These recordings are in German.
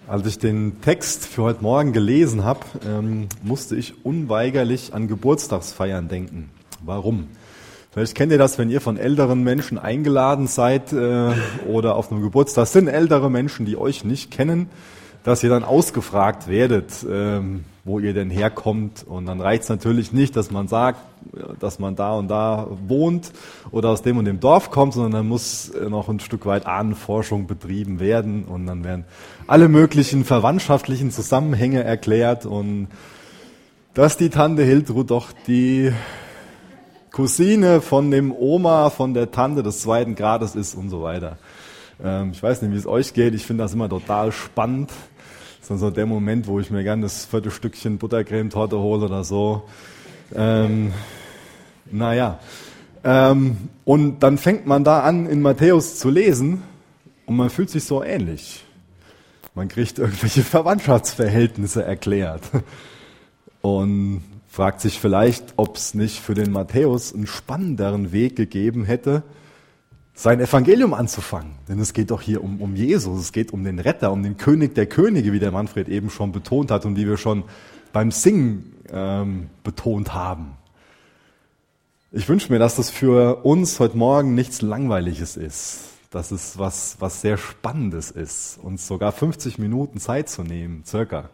Als ich den Text für heute Morgen gelesen habe, musste ich unweigerlich an Geburtstagsfeiern denken. Warum? Vielleicht kennt ihr das, wenn ihr von älteren Menschen eingeladen seid oder auf einem Geburtstag sind ältere Menschen, die euch nicht kennen, dass ihr dann ausgefragt werdet, wo ihr denn herkommt. Und dann reicht es natürlich nicht, dass man sagt, dass man da und da wohnt oder aus dem und dem Dorf kommt, sondern dann muss noch ein Stück weit Ahnenforschung betrieben werden und dann werden alle möglichen verwandtschaftlichen Zusammenhänge erklärt und dass die Tante Hiltrud doch die Cousine von dem Oma, von der Tante des zweiten Grades ist und so weiter. Ich weiß nicht, wie es euch geht, ich finde das immer total spannend. Das ist dann so der Moment, wo ich mir gerne das Viertelstückchen Buttercremetorte hole oder so. Und dann fängt man da an, in Matthäus zu lesen und man fühlt sich so ähnlich. Man kriegt irgendwelche Verwandtschaftsverhältnisse erklärt und fragt sich vielleicht, ob es nicht für den Matthäus einen spannenderen Weg gegeben hätte, sein Evangelium anzufangen. Denn es geht doch hier um Jesus, es geht um den Retter, um den König der Könige, wie der Manfred eben schon betont hat und wie wir schon beim Singen betont haben. Ich wünsche mir, dass das für uns heute Morgen nichts Langweiliges ist, dass es was sehr Spannendes ist, uns sogar 50 Minuten Zeit zu nehmen, circa.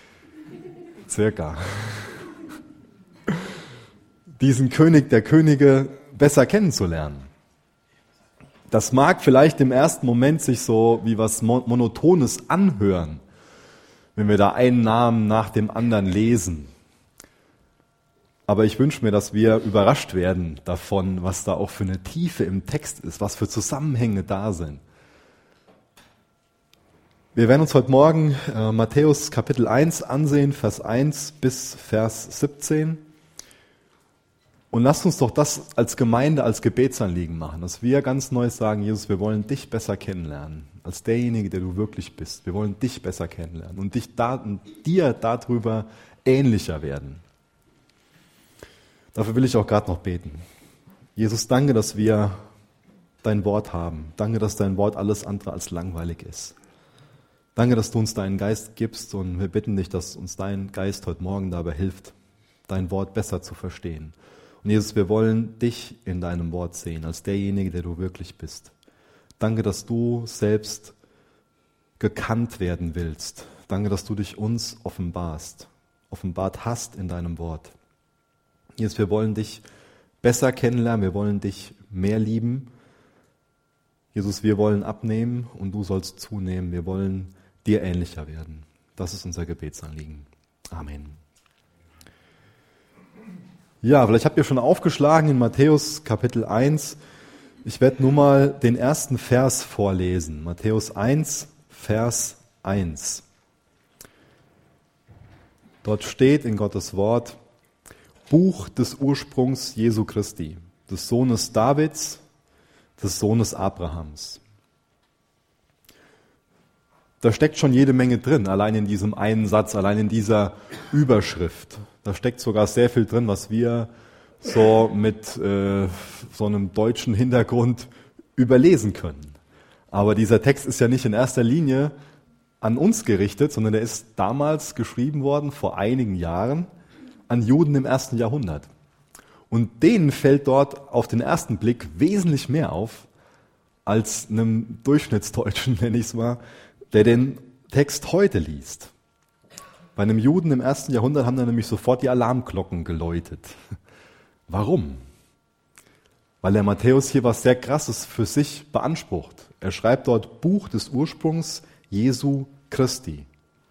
Diesen König der Könige besser kennenzulernen. Das mag vielleicht im ersten Moment sich so wie was Monotones anhören, wenn wir da einen Namen nach dem anderen lesen. Aber ich wünsche mir, dass wir überrascht werden davon, was da auch für eine Tiefe im Text ist, was für Zusammenhänge da sind. Wir werden uns heute Morgen Matthäus Kapitel 1 ansehen, Vers 1 bis Vers 17. Und lasst uns doch das als Gemeinde, als Gebetsanliegen machen, dass wir ganz neu sagen, Jesus, wir wollen dich besser kennenlernen, als derjenige, der du wirklich bist. Wir wollen dich besser kennenlernen und dir darüber ähnlicher werden. Dafür will ich auch gerade noch beten. Jesus, danke, dass wir dein Wort haben. Danke, dass dein Wort alles andere als langweilig ist. Danke, dass du uns deinen Geist gibst und wir bitten dich, dass uns dein Geist heute Morgen dabei hilft, dein Wort besser zu verstehen. Und Jesus, wir wollen dich in deinem Wort sehen, als derjenige, der du wirklich bist. Danke, dass du selbst gekannt werden willst. Danke, dass du dich uns offenbart hast in deinem Wort. Jesus, wir wollen dich besser kennenlernen, wir wollen dich mehr lieben. Jesus, wir wollen abnehmen und du sollst zunehmen. Wir wollen dir ähnlicher werden. Das ist unser Gebetsanliegen. Amen. Ja, vielleicht habt ihr schon aufgeschlagen in Matthäus Kapitel 1. Ich werde nur mal den ersten Vers vorlesen. Matthäus 1, Vers 1. Dort steht in Gottes Wort: Buch des Ursprungs Jesu Christi, des Sohnes Davids, des Sohnes Abrahams. Da steckt schon jede Menge drin, allein in diesem einen Satz, allein in dieser Überschrift. Da steckt sogar sehr viel drin, was wir so mit so einem deutschen Hintergrund überlesen können. Aber dieser Text ist ja nicht in erster Linie an uns gerichtet, sondern der ist damals geschrieben worden, vor einigen Jahren, an Juden im 1. Jahrhundert. Und denen fällt dort auf den ersten Blick wesentlich mehr auf, als einem Durchschnittsdeutschen, nenne ich es mal, der den Text heute liest. Bei einem Juden im 1. Jahrhundert haben dann nämlich sofort die Alarmglocken geläutet. Warum? Weil der Matthäus hier was sehr Krasses für sich beansprucht. Er schreibt dort Buch des Ursprungs Jesu Christi.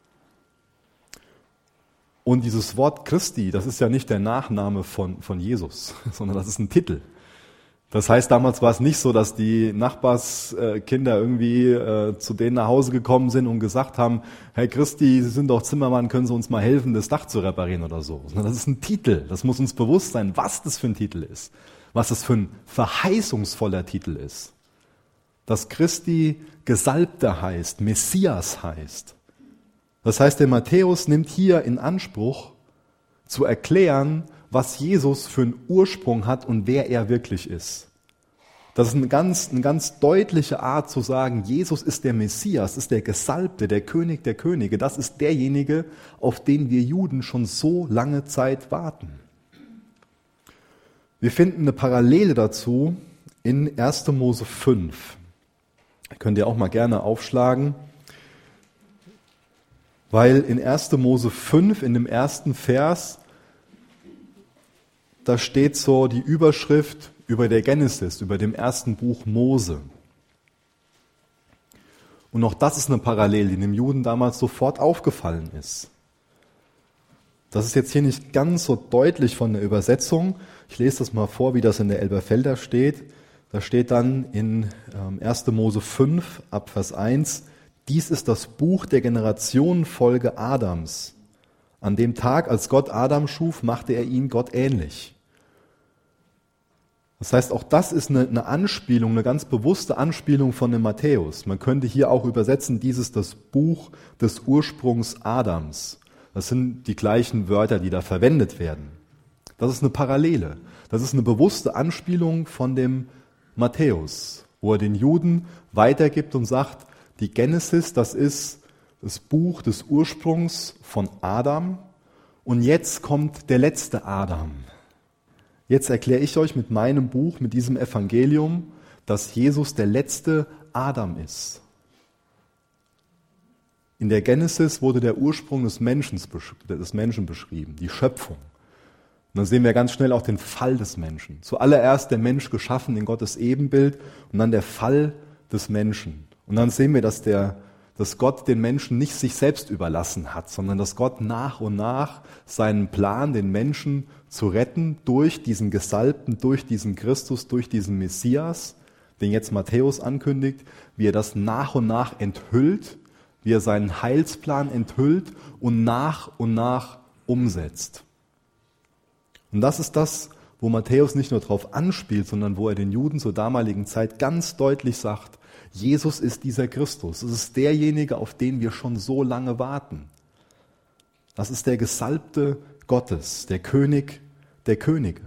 Und dieses Wort Christi, das ist ja nicht der Nachname von Jesus, sondern das ist ein Titel. Das heißt, damals war es nicht so, dass die Nachbarskinder irgendwie zu denen nach Hause gekommen sind und gesagt haben, Herr Christi, Sie sind doch Zimmermann, können Sie uns mal helfen, das Dach zu reparieren oder so. Sondern das ist ein Titel. Das muss uns bewusst sein, was das für ein Titel ist. Was das für ein verheißungsvoller Titel ist. Dass Christi Gesalbter heißt, Messias heißt. Das heißt, der Matthäus nimmt hier in Anspruch, zu erklären, was Jesus für einen Ursprung hat und wer er wirklich ist. Das ist eine ganz deutliche Art zu sagen, Jesus ist der Messias, ist der Gesalbte, der König der Könige. Das ist derjenige, auf den wir Juden schon so lange Zeit warten. Wir finden eine Parallele dazu in 1. Mose 5. Könnt ihr auch mal gerne aufschlagen, weil in 1. Mose 5, in dem ersten Vers, da steht so die Überschrift über der Genesis, über dem ersten Buch Mose. Und auch das ist eine Parallele, die dem Juden damals sofort aufgefallen ist. Das ist jetzt hier nicht ganz so deutlich von der Übersetzung. Ich lese das mal vor, wie das in der Elberfelder steht. Da steht dann in 1. Mose 5 ab Vers 1, dies ist das Buch der Generationenfolge Adams. An dem Tag, als Gott Adam schuf, machte er ihn Gott ähnlich. Das heißt, auch das ist eine Anspielung, eine ganz bewusste Anspielung von dem Matthäus. Man könnte hier auch übersetzen, dies ist das Buch des Ursprungs Adams. Das sind die gleichen Wörter, die da verwendet werden. Das ist eine Parallele. Das ist eine bewusste Anspielung von dem Matthäus, wo er den Juden weitergibt und sagt, die Genesis, das ist das Buch des Ursprungs von Adam und jetzt kommt der letzte Adam. Jetzt erkläre ich euch mit meinem Buch, mit diesem Evangelium, dass Jesus der letzte Adam ist. In der Genesis wurde der Ursprung des Menschen beschrieben, die Schöpfung. Und dann sehen wir ganz schnell auch den Fall des Menschen. Zuallererst der Mensch geschaffen in Gottes Ebenbild und dann der Fall des Menschen. Und dann sehen wir, dass Gott den Menschen nicht sich selbst überlassen hat, sondern dass Gott nach und nach seinen Plan, den Menschen zu retten, durch diesen Gesalbten, durch diesen Christus, durch diesen Messias, den jetzt Matthäus ankündigt, wie er das nach und nach enthüllt, wie er seinen Heilsplan enthüllt und nach umsetzt. Und das ist das, wo Matthäus nicht nur darauf anspielt, sondern wo er den Juden zur damaligen Zeit ganz deutlich sagt, Jesus ist dieser Christus. Es ist derjenige, auf den wir schon so lange warten. Das ist der Gesalbte Gottes, der König der Könige.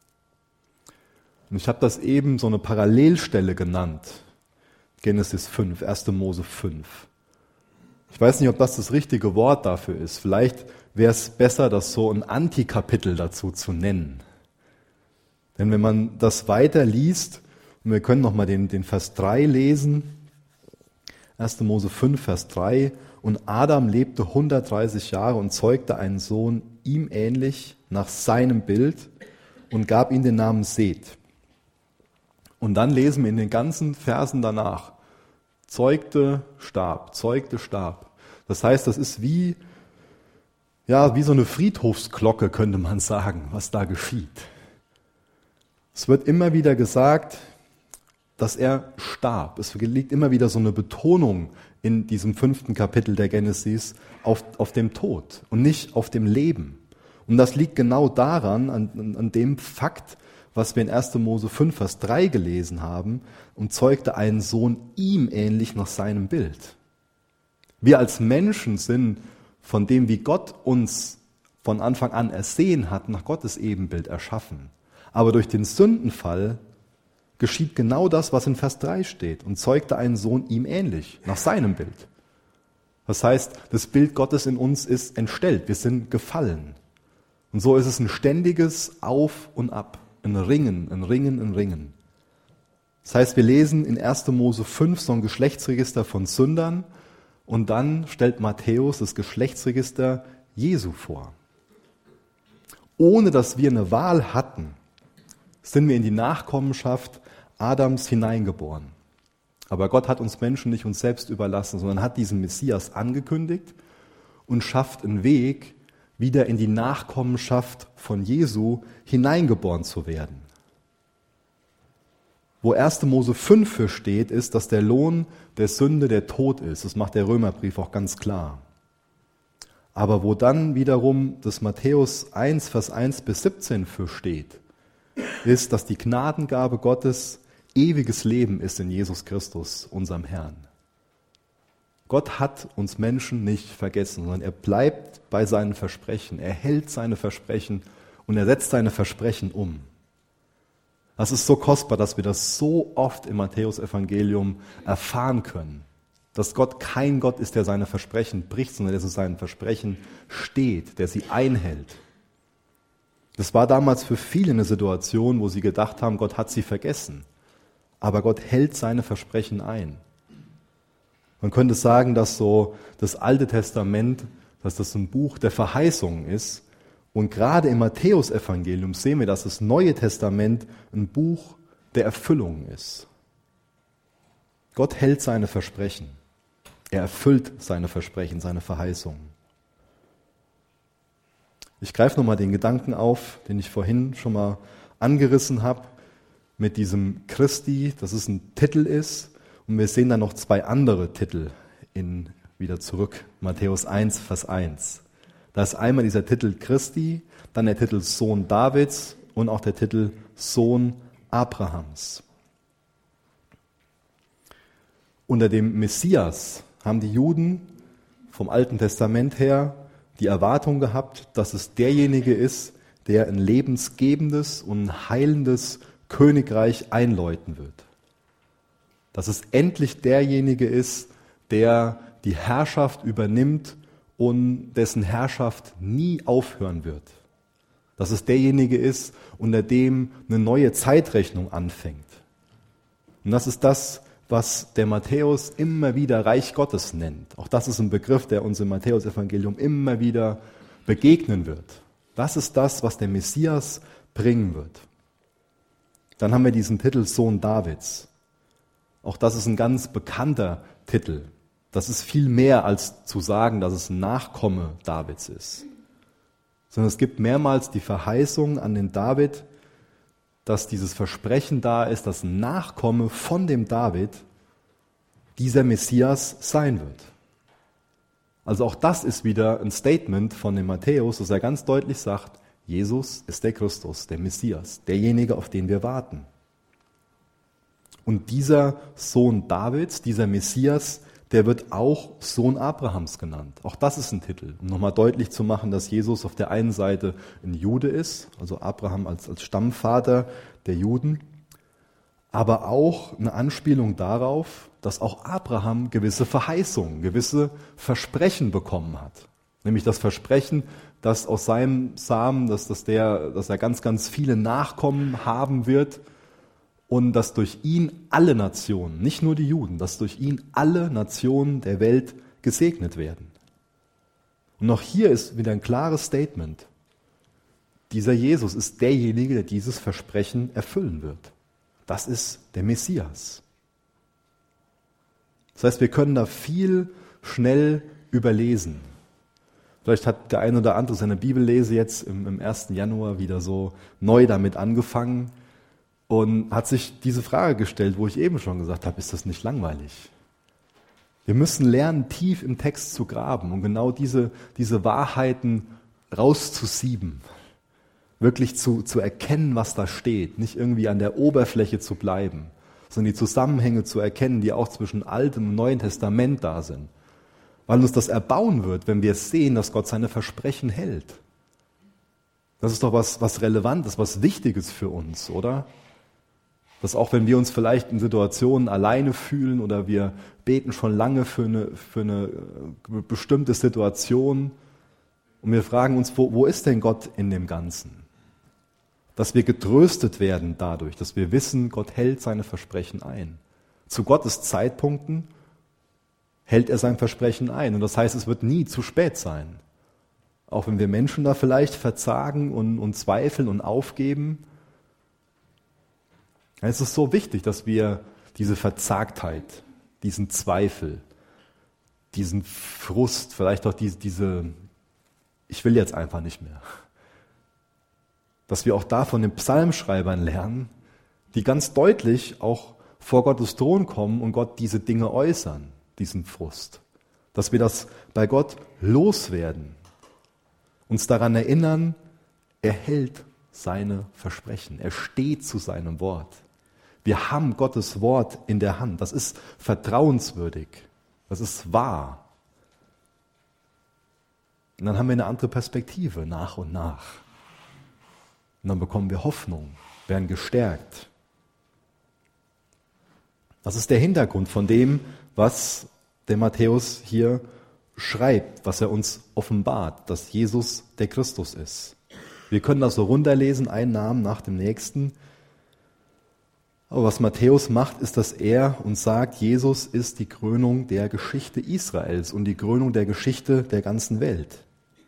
Und ich habe das eben so eine Parallelstelle genannt. Genesis 5, 1. Mose 5. Ich weiß nicht, ob das richtige Wort dafür ist. Vielleicht wäre es besser, das so ein Antikapitel dazu zu nennen. Denn wenn man das weiter liest, und wir können nochmal den Vers 3 lesen, 1. Mose 5, Vers 3, und Adam lebte 130 Jahre und zeugte einen Sohn ihm ähnlich nach seinem Bild und gab ihm den Namen Seth. Und dann lesen wir in den ganzen Versen danach, zeugte, starb. Das heißt, das ist wie so eine Friedhofsglocke, könnte man sagen, was da geschieht. Es wird immer wieder gesagt, dass er starb. Es liegt immer wieder so eine Betonung in diesem 5. Kapitel der Genesis auf dem Tod und nicht auf dem Leben. Und das liegt genau daran, an dem Fakt, was wir in 1. Mose 5, Vers 3 gelesen haben, und zeugte einen Sohn ihm ähnlich nach seinem Bild. Wir als Menschen sind von dem, wie Gott uns von Anfang an ersehen hat, nach Gottes Ebenbild erschaffen. Aber durch den Sündenfall geschieht genau das, was in Vers 3 steht, und zeugte einen Sohn ihm ähnlich, nach seinem Bild. Das heißt, das Bild Gottes in uns ist entstellt, wir sind gefallen. Und so ist es ein ständiges Auf und Ab, ein Ringen. Das heißt, wir lesen in 1. Mose 5 so ein Geschlechtsregister von Sündern und dann stellt Matthäus das Geschlechtsregister Jesu vor. Ohne dass wir eine Wahl hatten, sind wir in die Nachkommenschaft Adams hineingeboren. Aber Gott hat uns Menschen nicht uns selbst überlassen, sondern hat diesen Messias angekündigt und schafft einen Weg, wieder in die Nachkommenschaft von Jesu hineingeboren zu werden. Wo 1. Mose 5 für steht, ist, dass der Lohn der Sünde der Tod ist. Das macht der Römerbrief auch ganz klar. Aber wo dann wiederum das Matthäus 1, Vers 1 bis 17 für steht, ist, dass die Gnadengabe Gottes ewiges Leben ist in Jesus Christus, unserem Herrn. Gott hat uns Menschen nicht vergessen, sondern er bleibt bei seinen Versprechen. Er hält seine Versprechen und er setzt seine Versprechen um. Das ist so kostbar, dass wir das so oft im Matthäusevangelium erfahren können. Dass Gott kein Gott ist, der seine Versprechen bricht, sondern der zu seinen Versprechen steht, der sie einhält. Das war damals für viele eine Situation, wo sie gedacht haben, Gott hat sie vergessen. Aber Gott hält seine Versprechen ein. Man könnte sagen, dass so das Alte Testament, dass das ein Buch der Verheißungen ist. Und gerade im Matthäusevangelium sehen wir, dass das Neue Testament ein Buch der Erfüllung ist. Gott hält seine Versprechen. Er erfüllt seine Versprechen, seine Verheißungen. Ich greife nochmal den Gedanken auf, den ich vorhin schon mal angerissen habe, mit diesem Christi, dass es ein Titel ist. Und wir sehen dann noch zwei andere Titel wieder zurück. Matthäus 1, Vers 1. Da ist einmal dieser Titel Christi, dann der Titel Sohn Davids und auch der Titel Sohn Abrahams. Unter dem Messias haben die Juden vom Alten Testament her die Erwartung gehabt, dass es derjenige ist, der ein lebensgebendes und heilendes Königreich einläuten wird. Dass es endlich derjenige ist, der die Herrschaft übernimmt und dessen Herrschaft nie aufhören wird. Dass es derjenige ist, unter dem eine neue Zeitrechnung anfängt. Und das ist das, was der Matthäus immer wieder Reich Gottes nennt. Auch das ist ein Begriff, der uns im Matthäusevangelium immer wieder begegnen wird. Das ist das, was der Messias bringen wird. Dann haben wir diesen Titel Sohn Davids. Auch das ist ein ganz bekannter Titel. Das ist viel mehr als zu sagen, dass es ein Nachkomme Davids ist. Sondern es gibt mehrmals die Verheißung an den David, dass dieses Versprechen da ist, dass ein Nachkomme von dem David dieser Messias sein wird. Also auch das ist wieder ein Statement von dem Matthäus, dass er ganz deutlich sagt, Jesus ist der Christus, der Messias, derjenige, auf den wir warten. Und dieser Sohn Davids, dieser Messias, der wird auch Sohn Abrahams genannt. Auch das ist ein Titel, um nochmal deutlich zu machen, dass Jesus auf der einen Seite ein Jude ist, also Abraham als Stammvater der Juden, aber auch eine Anspielung darauf, dass auch Abraham gewisse Verheißungen, gewisse Versprechen bekommen hat. Nämlich das Versprechen, dass aus seinem Samen, dass er ganz, ganz viele Nachkommen haben wird, und dass durch ihn alle Nationen, nicht nur die Juden, dass durch ihn alle Nationen der Welt gesegnet werden. Und auch hier ist wieder ein klares Statement. Dieser Jesus ist derjenige, der dieses Versprechen erfüllen wird. Das ist der Messias. Das heißt, wir können da viel schnell überlesen. Vielleicht hat der eine oder andere seine Bibellese jetzt im 1. Januar wieder so neu damit angefangen. Und hat sich diese Frage gestellt, wo ich eben schon gesagt habe, ist das nicht langweilig? Wir müssen lernen, tief im Text zu graben und genau diese Wahrheiten rauszusieben. Wirklich zu erkennen, was da steht. Nicht irgendwie an der Oberfläche zu bleiben, sondern die Zusammenhänge zu erkennen, die auch zwischen Altem und Neuen Testament da sind. Weil uns das erbauen wird, wenn wir sehen, dass Gott seine Versprechen hält. Das ist doch was Relevantes, was Wichtiges für uns, oder? Dass auch wenn wir uns vielleicht in Situationen alleine fühlen oder wir beten schon lange für eine bestimmte Situation und wir fragen uns, wo ist denn Gott in dem Ganzen? Dass wir getröstet werden dadurch, dass wir wissen, Gott hält seine Versprechen ein. Zu Gottes Zeitpunkten hält er sein Versprechen ein. Und das heißt, es wird nie zu spät sein. Auch wenn wir Menschen da vielleicht verzagen und zweifeln und aufgeben. Es ist so wichtig, dass wir diese Verzagtheit, diesen Zweifel, diesen Frust, vielleicht auch diese ich will jetzt einfach nicht mehr, dass wir auch da von den Psalmschreibern lernen, die ganz deutlich auch vor Gottes Thron kommen und Gott diese Dinge äußern, diesen Frust. Dass wir das bei Gott loswerden, uns daran erinnern, er hält seine Versprechen, er steht zu seinem Wort. Wir haben Gottes Wort in der Hand. Das ist vertrauenswürdig. Das ist wahr. Und dann haben wir eine andere Perspektive nach und nach. Und dann bekommen wir Hoffnung. werden gestärkt. Das ist der Hintergrund von dem, was der Matthäus hier schreibt, was er uns offenbart, dass Jesus der Christus ist. Wir können das so runterlesen, einen Namen nach dem nächsten. Aber was Matthäus macht, ist, dass er uns sagt, Jesus ist die Krönung der Geschichte Israels und die Krönung der Geschichte der ganzen Welt.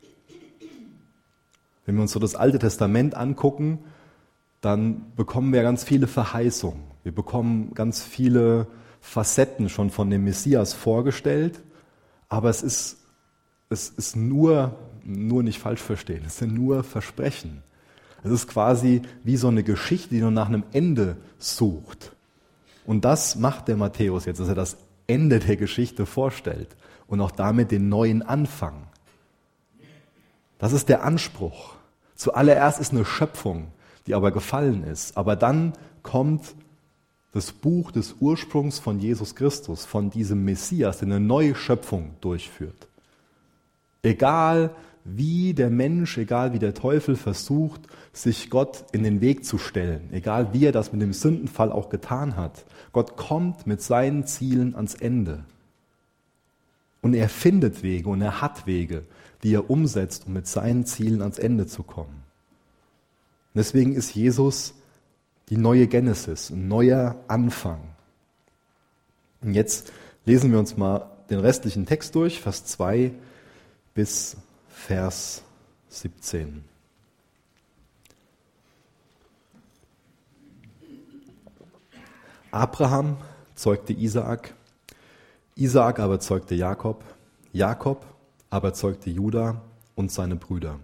Wenn wir uns so das Alte Testament angucken, dann bekommen wir ganz viele Verheißungen. Wir bekommen ganz viele Facetten schon von dem Messias vorgestellt, aber es ist nur nicht falsch verstehen, es sind nur Versprechen. Es ist quasi wie so eine Geschichte, die nur nach einem Ende sucht. Und das macht der Matthäus jetzt, dass er das Ende der Geschichte vorstellt und auch damit den neuen Anfang. Das ist der Anspruch. Zuallererst ist eine Schöpfung, die aber gefallen ist. Aber dann kommt das Buch des Ursprungs von Jesus Christus, von diesem Messias, der eine neue Schöpfung durchführt. Egal wie der Mensch, egal wie der Teufel versucht, sich Gott in den Weg zu stellen, egal wie er das mit dem Sündenfall auch getan hat, Gott kommt mit seinen Zielen ans Ende. Und er findet Wege und er hat Wege, die er umsetzt, um mit seinen Zielen ans Ende zu kommen. Und deswegen ist Jesus die neue Genesis, ein neuer Anfang. Und jetzt lesen wir uns mal den restlichen Text durch, Vers 2 bis Vers 17. Abraham zeugte Isaak, Isaak aber zeugte Jakob, Jakob aber zeugte Juda und seine Brüder.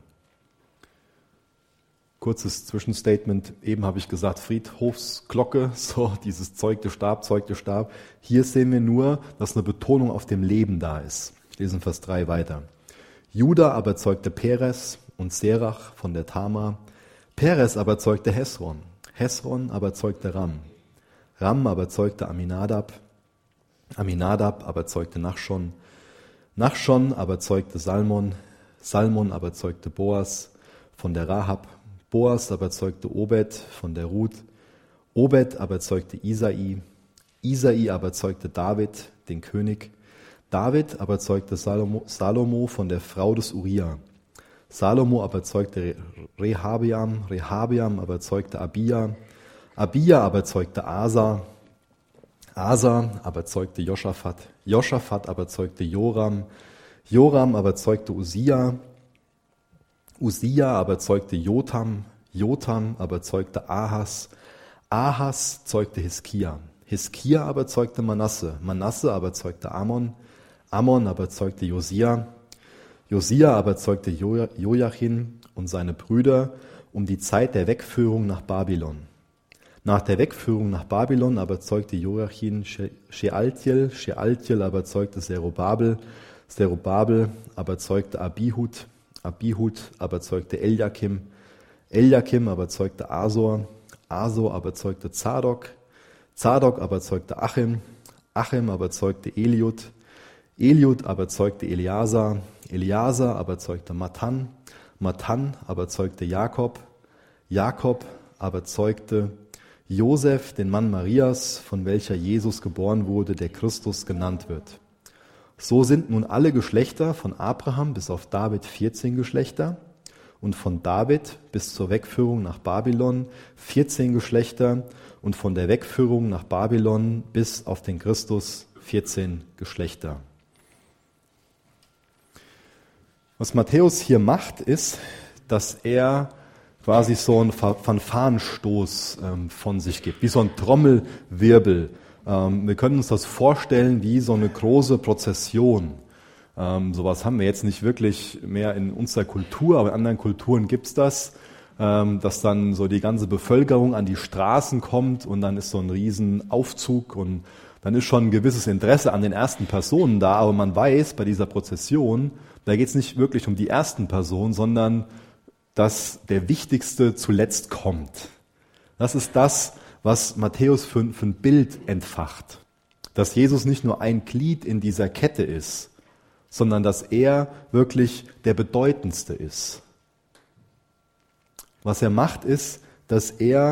Kurzes Zwischenstatement, eben habe ich gesagt, Friedhofsglocke, so dieses zeugte Stab. Hier sehen wir nur, dass eine Betonung auf dem Leben da ist. Ich lese in Vers 3 weiter. Juda aber zeugte Peres und Serach von der Tamar. Peres aber zeugte Hesron. Hesron aber zeugte Ram. Ram aber zeugte Aminadab. Aminadab aber zeugte Nachschon. Nachschon aber zeugte Salmon. Salmon aber zeugte Boas von der Rahab. Boas aber zeugte Obed von der Ruth. Obed aber zeugte Isai. Isai aber zeugte David, den König. David aber zeugte Salomo von der Frau des Uriah. Salomo aber zeugte Rehabeam. Rehabeam aber zeugte Abia. Abia aber zeugte Asa. Asa aber zeugte Joschafat. Joschafat aber zeugte Joram. Joram aber zeugte Usia. Usia aber zeugte Jotam. Jotam aber zeugte Ahas. Ahas zeugte Hiskia. Hiskia aber zeugte Manasse. Manasse aber zeugte Amon. Amon aber zeugte Josia. Josia aber zeugte Joachim und seine Brüder um die Zeit der Wegführung nach Babylon. Nach der Wegführung nach Babylon aber zeugte Joachim Shealtiel. Shealtiel aber zeugte Zerubabel. Zerubabel aber zeugte Abihud. Abihud aber zeugte Eliakim. Eliakim aber zeugte Asor. Asor aber zeugte Zadok. Zadok aber zeugte Achim. Achim aber zeugte Eliud. Eliud aber zeugte Eleazar. Eleazar aber zeugte Matan. Matan aber zeugte Jakob. Jakob aber zeugte Josef, den Mann Marias, von welcher Jesus geboren wurde, der Christus genannt wird. So sind nun alle Geschlechter von Abraham bis auf David 14 Geschlechter und von David bis zur Wegführung nach Babylon 14 Geschlechter und von der Wegführung nach Babylon bis auf den Christus 14 Geschlechter. Was Matthäus hier macht, ist, dass er quasi so einen Fanfarenstoß von sich gibt, wie so ein Trommelwirbel. Wir können uns das vorstellen wie so eine große Prozession. Sowas haben wir jetzt nicht wirklich mehr in unserer Kultur, aber in anderen Kulturen gibt's das, dass dann so die ganze Bevölkerung an die Straßen kommt und dann ist so ein Riesenaufzug und dann ist schon ein gewisses Interesse an den ersten Personen da, aber man weiß, bei dieser Prozession, da geht's nicht wirklich um die ersten Personen, sondern dass der Wichtigste zuletzt kommt. Das ist das, was Matthäus für ein Bild entfacht. Dass Jesus nicht nur ein Glied in dieser Kette ist, sondern dass er wirklich der Bedeutendste ist. Was er macht, ist, dass er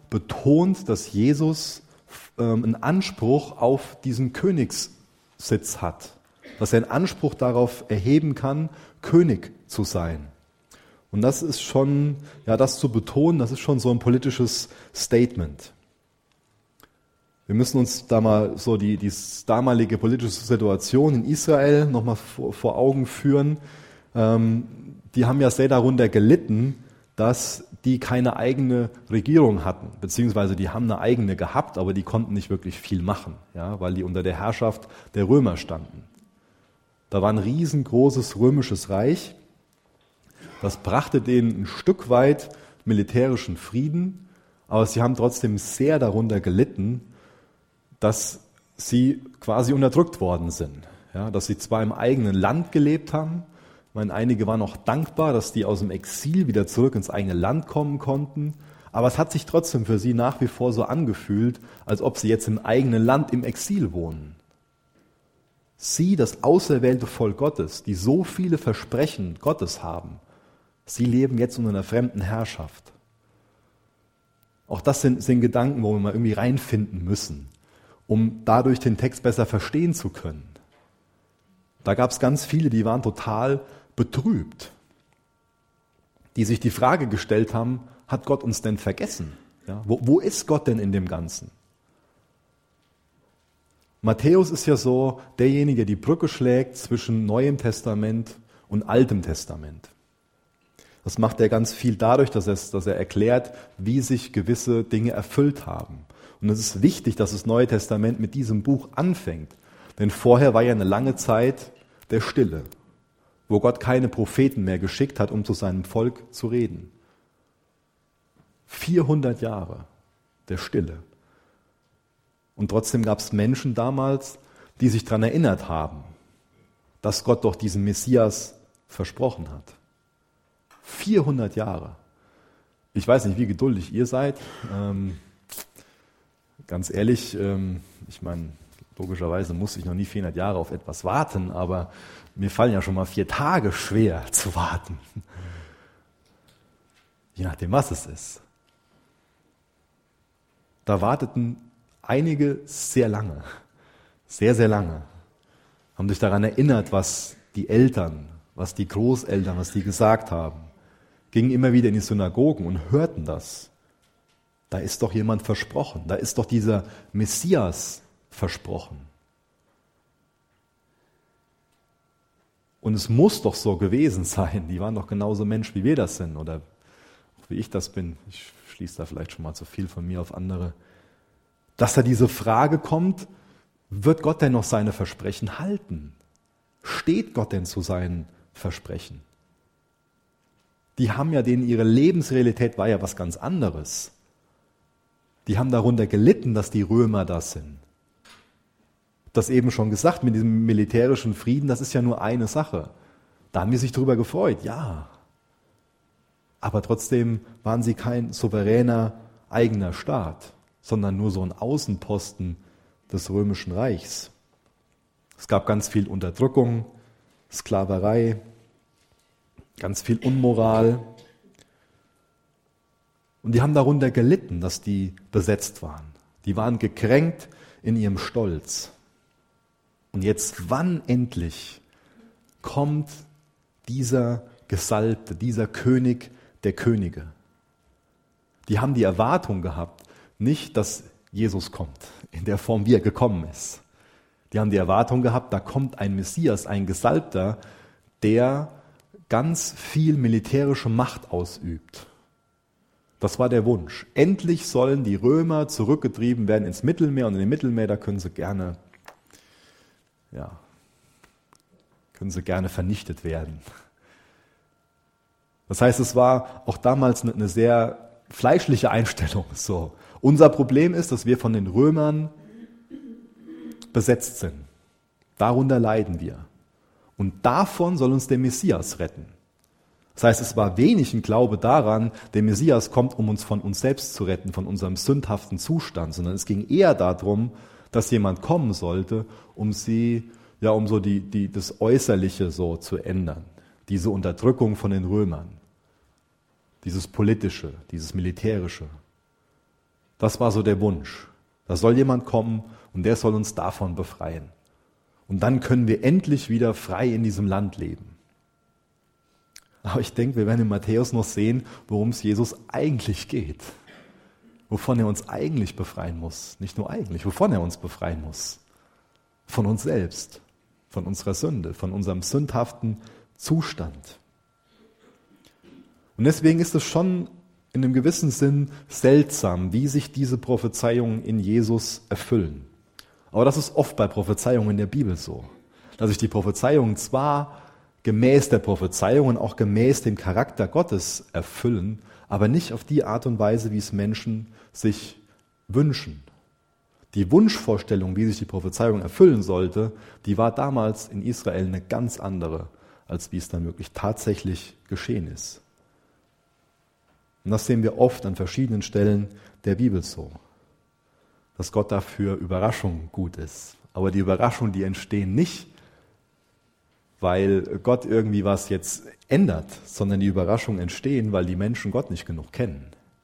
betont, dass Jesus einen Anspruch auf diesen Königssitz hat. Dass er einen Anspruch darauf erheben kann, König zu sein. Und das ist schon, ja, das zu betonen, das ist schon so ein politisches Statement. Wir müssen uns da mal so die damalige politische Situation in Israel nochmal vor Augen führen. Die haben ja sehr darunter gelitten, dass die keine eigene Regierung hatten, beziehungsweise die haben eine eigene gehabt, aber die konnten nicht wirklich viel machen, ja, weil die unter der Herrschaft der Römer standen. Da war ein riesengroßes römisches Reich. Das brachte denen ein Stück weit militärischen Frieden, aber sie haben trotzdem sehr darunter gelitten, dass sie quasi unterdrückt worden sind. Ja, dass sie zwar im eigenen Land gelebt haben, ich meine, einige waren auch dankbar, dass die aus dem Exil wieder zurück ins eigene Land kommen konnten, aber es hat sich trotzdem für sie nach wie vor so angefühlt, als ob sie jetzt im eigenen Land im Exil wohnen. Sie, das auserwählte Volk Gottes, die so viele Versprechen Gottes haben, sie leben jetzt unter einer fremden Herrschaft. Auch das sind Gedanken, wo wir mal irgendwie reinfinden müssen, um dadurch den Text besser verstehen zu können. Da gab es ganz viele, die waren total betrübt, die sich die Frage gestellt haben, hat Gott uns denn vergessen? Ja, wo ist Gott denn in dem Ganzen? Matthäus ist ja so derjenige, der die Brücke schlägt zwischen Neuem Testament und Altem Testament. Das macht er ganz viel dadurch, dass er erklärt, wie sich gewisse Dinge erfüllt haben. Und es ist wichtig, dass das Neue Testament mit diesem Buch anfängt. Denn vorher war ja eine lange Zeit der Stille, wo Gott keine Propheten mehr geschickt hat, um zu seinem Volk zu reden. 400 Jahre der Stille. Und trotzdem gab es Menschen damals, die sich daran erinnert haben, dass Gott doch diesen Messias versprochen hat. 400 Jahre. Ich weiß nicht, wie geduldig ihr seid. Ganz ehrlich, ich meine, logischerweise musste ich noch nie 400 Jahre auf etwas warten, aber mir fallen ja schon mal 4 Tage schwer zu warten. Je nachdem, was es ist. Da warteten einige sehr lange, sehr, sehr lange, haben sich daran erinnert, was die Eltern, was die Großeltern, was die gesagt haben, gingen immer wieder in die Synagogen und hörten das. Da ist doch jemand versprochen, da ist doch dieser Messias versprochen. Und es muss doch so gewesen sein, die waren doch genauso Mensch, wie wir das sind, oder auch wie ich das bin. Ich schließe da vielleicht schon mal zu viel von mir auf andere. Dass da diese Frage kommt, wird Gott denn noch seine Versprechen halten? Steht Gott denn zu seinen Versprechen? Die haben ja ihre Lebensrealität war ja was ganz anderes. Die haben darunter gelitten, dass die Römer das sind. Das eben schon gesagt, mit diesem militärischen Frieden, das ist ja nur eine Sache. Da haben die sich drüber gefreut, ja. Aber trotzdem waren sie kein souveräner eigener Staat, sondern nur so ein Außenposten des Römischen Reichs. Es gab ganz viel Unterdrückung, Sklaverei, ganz viel Unmoral. Und die haben darunter gelitten, dass die besetzt waren. Die waren gekränkt in ihrem Stolz. Und jetzt, wann endlich kommt dieser Gesalbte, dieser König der Könige? Die haben die Erwartung gehabt, nicht, dass Jesus kommt, in der Form, wie er gekommen ist. Die haben die Erwartung gehabt, da kommt ein Messias, ein Gesalbter, der ganz viel militärische Macht ausübt. Das war der Wunsch. Endlich sollen die Römer zurückgetrieben werden ins Mittelmeer und in dem Mittelmeer, da können sie gerne vernichtet werden. Das heißt, es war auch damals eine sehr fleischliche Einstellung. So. Unser Problem ist, dass wir von den Römern besetzt sind. Darunter leiden wir. Und davon soll uns der Messias retten. Das heißt, es war wenig ein Glaube daran, der Messias kommt, um uns von uns selbst zu retten, von unserem sündhaften Zustand, sondern es ging eher darum, dass jemand kommen sollte, um das Äußerliche so zu ändern. Diese Unterdrückung von den Römern. Dieses Politische, dieses Militärische. Das war so der Wunsch. Da soll jemand kommen und der soll uns davon befreien. Und dann können wir endlich wieder frei in diesem Land leben. Aber ich denke, wir werden in Matthäus noch sehen, worum es Jesus eigentlich geht. Wovon er uns eigentlich befreien muss. Nicht nur eigentlich, wovon er uns befreien muss. Von uns selbst, von unserer Sünde, von unserem sündhaften Zustand. Und deswegen ist es schon in einem gewissen Sinn seltsam, wie sich diese Prophezeiungen in Jesus erfüllen. Aber das ist oft bei Prophezeiungen in der Bibel so, dass sich die Prophezeiungen zwar gemäß der Prophezeiung und auch gemäß dem Charakter Gottes erfüllen, aber nicht auf die Art und Weise, wie es Menschen sich wünschen. Die Wunschvorstellung, wie sich die Prophezeiung erfüllen sollte, die war damals in Israel eine ganz andere, als wie es dann wirklich tatsächlich geschehen ist. Und das sehen wir oft an verschiedenen Stellen der Bibel so, dass Gott dafür Überraschungen gut ist. Aber die Überraschungen, die entstehen nicht, weil Gott irgendwie was jetzt ändert, sondern die Überraschungen entstehen, weil die Menschen Gott nicht genug kennen.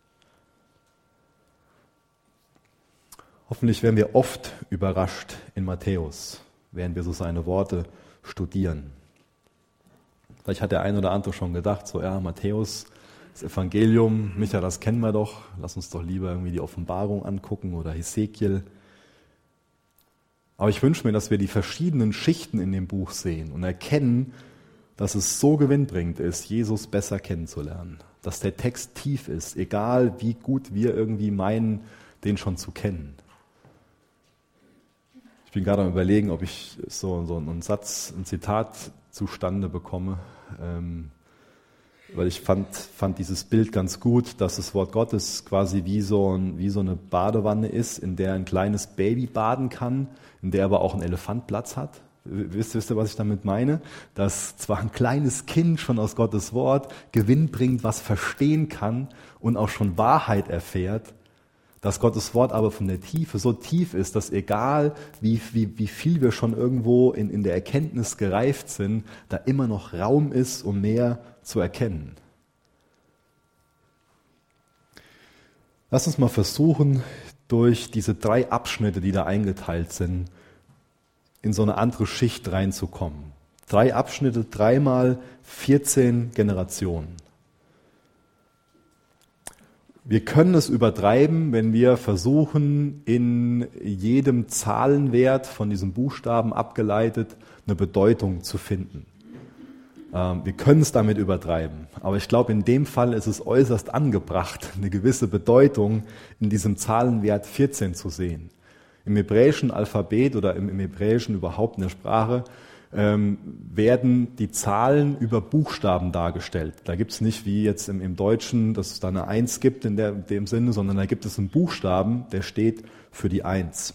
Hoffentlich werden wir oft überrascht in Matthäus, während wir so seine Worte studieren. Vielleicht hat der ein oder andere schon gedacht, so ja, Matthäus, das Evangelium, Micha, das kennen wir doch, lass uns doch lieber irgendwie die Offenbarung angucken oder Hesekiel. Aber ich wünsche mir, dass wir die verschiedenen Schichten in dem Buch sehen und erkennen, dass es so gewinnbringend ist, Jesus besser kennenzulernen. Dass der Text tief ist, egal wie gut wir irgendwie meinen, den schon zu kennen. Ich bin gerade am Überlegen, ob ich so einen Satz, ein Zitat zustande bekomme. Weil ich fand dieses Bild ganz gut, dass das Wort Gottes quasi wie so eine Badewanne ist, in der ein kleines Baby baden kann, in der aber auch ein Elefant Platz hat. Wisst ihr, was ich damit meine? Dass zwar ein kleines Kind schon aus Gottes Wort Gewinn bringt, was verstehen kann und auch schon Wahrheit erfährt, dass Gottes Wort aber von der Tiefe so tief ist, dass egal wie viel wir schon irgendwo in der Erkenntnis gereift sind, da immer noch Raum ist, um mehr zu erkennen. Lass uns mal versuchen, durch diese 3 Abschnitte, die da eingeteilt sind, in so eine andere Schicht reinzukommen. 3 Abschnitte, 3 mal 14 Generationen. Wir können es übertreiben, wenn wir versuchen, in jedem Zahlenwert von diesem Buchstaben abgeleitet eine Bedeutung zu finden. Wir können es damit übertreiben, aber ich glaube, in dem Fall ist es äußerst angebracht, eine gewisse Bedeutung in diesem Zahlenwert 14 zu sehen. Im hebräischen Alphabet oder im Hebräischen überhaupt in der Sprache werden die Zahlen über Buchstaben dargestellt. Da gibt es nicht wie jetzt im Deutschen, dass es da eine 1 gibt in dem Sinne, sondern da gibt es einen Buchstaben, der steht für die 1.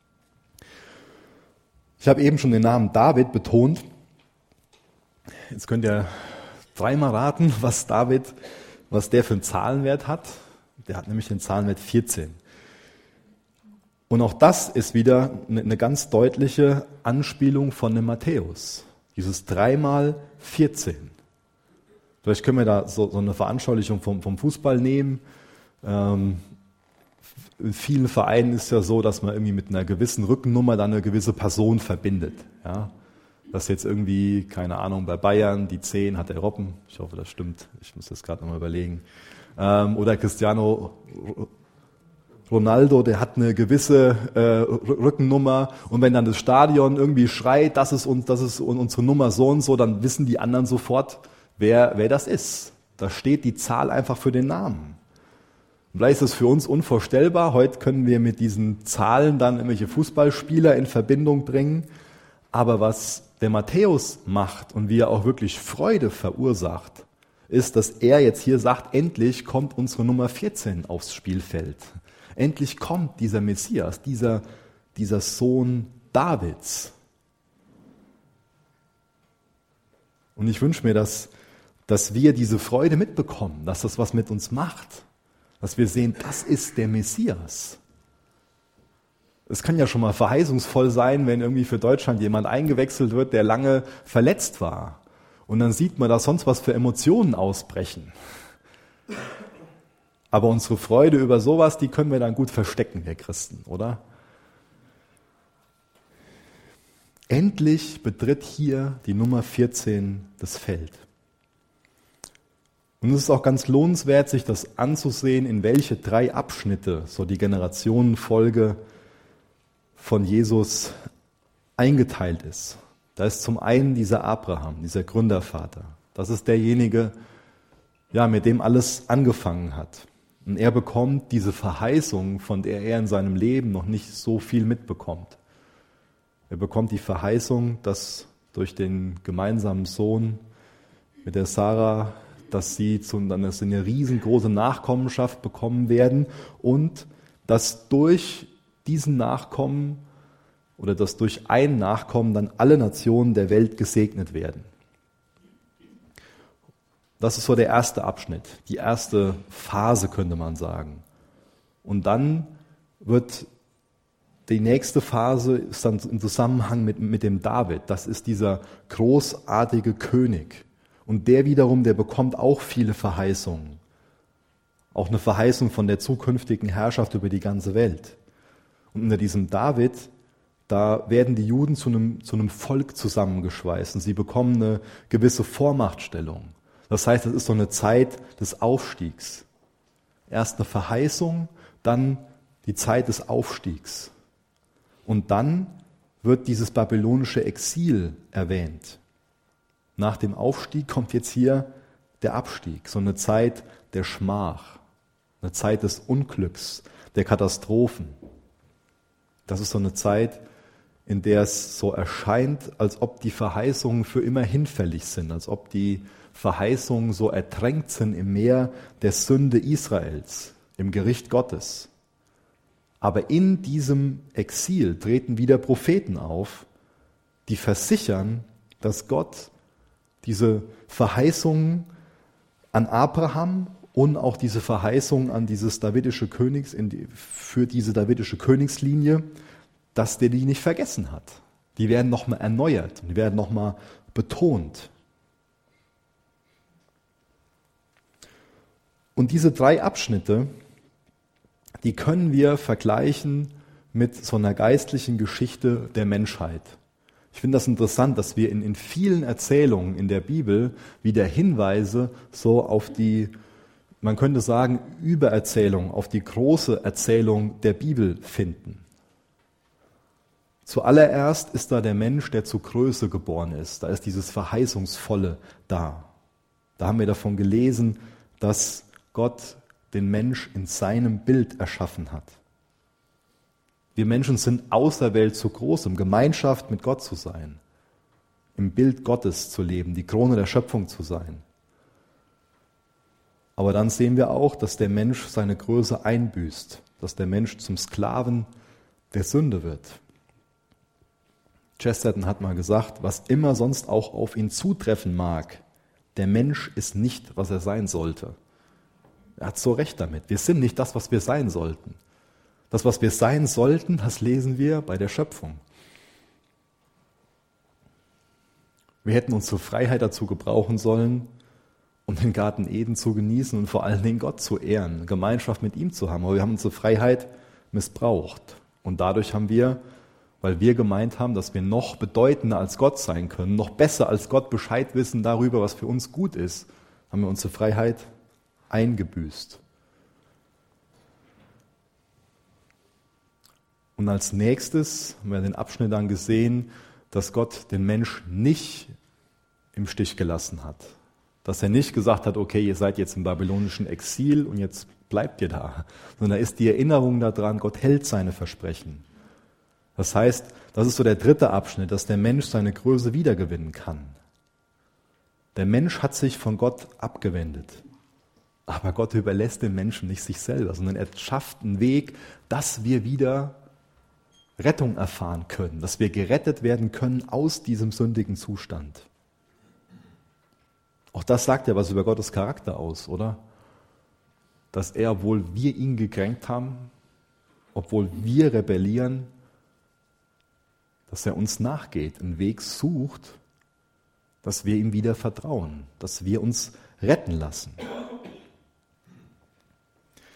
Ich habe eben schon den Namen David betont. Jetzt könnt ihr 3-mal raten, was der für einen Zahlenwert hat. Der hat nämlich den Zahlenwert 14. Und auch das ist wieder eine ganz deutliche Anspielung von dem Matthäus. Dieses 3 mal 14. Vielleicht können wir da so eine Veranschaulichung vom Fußball nehmen. In vielen Vereinen ist ja so, dass man irgendwie mit einer gewissen Rückennummer dann eine gewisse Person verbindet. Ja? Dass jetzt irgendwie, keine Ahnung, bei Bayern die 10 hat der Robben. Ich hoffe, das stimmt. Ich muss das gerade nochmal überlegen. Oder Cristiano Ronaldo, der hat eine gewisse Rückennummer und wenn dann das Stadion irgendwie schreit, das ist unsere Nummer so und so, dann wissen die anderen sofort, wer das ist. Da steht die Zahl einfach für den Namen. Und vielleicht ist es für uns unvorstellbar. Heute können wir mit diesen Zahlen dann irgendwelche Fußballspieler in Verbindung bringen. Aber was der Matthäus macht und wie er auch wirklich Freude verursacht, ist, dass er jetzt hier sagt, endlich kommt unsere Nummer 14 aufs Spielfeld. Endlich kommt dieser Messias, dieser Sohn Davids. Und ich wünsche mir, dass wir diese Freude mitbekommen, dass das was mit uns macht, dass wir sehen, das ist der Messias. Es kann ja schon mal verheißungsvoll sein, wenn irgendwie für Deutschland jemand eingewechselt wird, der lange verletzt war. Und dann sieht man, dass sonst was für Emotionen ausbrechen. Aber unsere Freude über sowas, die können wir dann gut verstecken, wir Christen, oder? Endlich betritt hier die Nummer 14 das Feld. Und es ist auch ganz lohnenswert, sich das anzusehen, in welche 3 Abschnitte so die Generationenfolge von Jesus eingeteilt ist. Da ist zum einen dieser Abraham, dieser Gründervater. Das ist derjenige, mit dem alles angefangen hat. Und er bekommt diese Verheißung, von der er in seinem Leben noch nicht so viel mitbekommt. Er bekommt die Verheißung, dass durch den gemeinsamen Sohn mit der Sarah, dass sie eine riesengroße Nachkommenschaft bekommen werden und dass durch diesen Nachkommen oder dass durch ein Nachkommen dann alle Nationen der Welt gesegnet werden. Das ist so der erste Abschnitt, die erste Phase, könnte man sagen. Und dann wird die nächste Phase ist dann im Zusammenhang mit dem David. Das ist dieser großartige König. Und der wiederum, der bekommt auch viele Verheißungen. Auch eine Verheißung von der zukünftigen Herrschaft über die ganze Welt. Und unter diesem David, da werden die Juden zu einem Volk zusammengeschweißt. Und sie bekommen eine gewisse Vormachtstellung. Das heißt, es ist so eine Zeit des Aufstiegs. Erst eine Verheißung, dann die Zeit des Aufstiegs. Und dann wird dieses babylonische Exil erwähnt. Nach dem Aufstieg kommt jetzt hier der Abstieg, so eine Zeit der Schmach, eine Zeit des Unglücks, der Katastrophen. Das ist so eine Zeit, in der es so erscheint, als ob die Verheißungen für immer hinfällig sind, als ob die Verheißungen so ertränkt sind im Meer der Sünde Israels, im Gericht Gottes. Aber in diesem Exil treten wieder Propheten auf, die versichern, dass Gott diese Verheißungen an Abraham und auch diese Verheißungen an dieses davidische Königs, für diese davidische Königslinie, dass der die nicht vergessen hat. Die werden nochmal erneuert, die werden nochmal betont. Und diese 3 Abschnitte, die können wir vergleichen mit so einer geistlichen Geschichte der Menschheit. Ich finde das interessant, dass wir in vielen Erzählungen in der Bibel wieder Hinweise so auf die, man könnte sagen, Übererzählung, auf die große Erzählung der Bibel finden. Zuallererst ist da der Mensch, der zur Größe geboren ist. Da ist dieses Verheißungsvolle da. Da haben wir davon gelesen, dass Gott den Mensch in seinem Bild erschaffen hat. Wir Menschen sind auserwählt zu großem, Gemeinschaft mit Gott zu sein, im Bild Gottes zu leben, die Krone der Schöpfung zu sein. Aber dann sehen wir auch, dass der Mensch seine Größe einbüßt, dass der Mensch zum Sklaven der Sünde wird. Chesterton hat mal gesagt, was immer sonst auch auf ihn zutreffen mag, der Mensch ist nicht, was er sein sollte. Er hat so recht damit. Wir sind nicht das, was wir sein sollten. Das, was wir sein sollten, das lesen wir bei der Schöpfung. Wir hätten unsere Freiheit dazu gebrauchen sollen, um den Garten Eden zu genießen und vor allen Dingen Gott zu ehren, Gemeinschaft mit ihm zu haben. Aber wir haben unsere Freiheit missbraucht. Und dadurch haben wir, weil wir gemeint haben, dass wir noch bedeutender als Gott sein können, noch besser als Gott Bescheid wissen darüber, was für uns gut ist, haben wir unsere Freiheit eingebüßt. Und als nächstes haben wir den Abschnitt dann gesehen, dass Gott den Mensch nicht im Stich gelassen hat. Dass er nicht gesagt hat, okay, ihr seid jetzt im babylonischen Exil und jetzt bleibt ihr da. Sondern da ist die Erinnerung daran, Gott hält seine Versprechen. Das heißt, das ist so der 3. Abschnitt, dass der Mensch seine Größe wiedergewinnen kann. Der Mensch hat sich von Gott abgewendet. Aber Gott überlässt den Menschen nicht sich selber, sondern er schafft einen Weg, dass wir wieder Rettung erfahren können, dass wir gerettet werden können aus diesem sündigen Zustand. Auch das sagt ja was über Gottes Charakter aus, oder? Dass er, obwohl wir ihn gekränkt haben, obwohl wir rebellieren, dass er uns nachgeht, einen Weg sucht, dass wir ihm wieder vertrauen, dass wir uns retten lassen.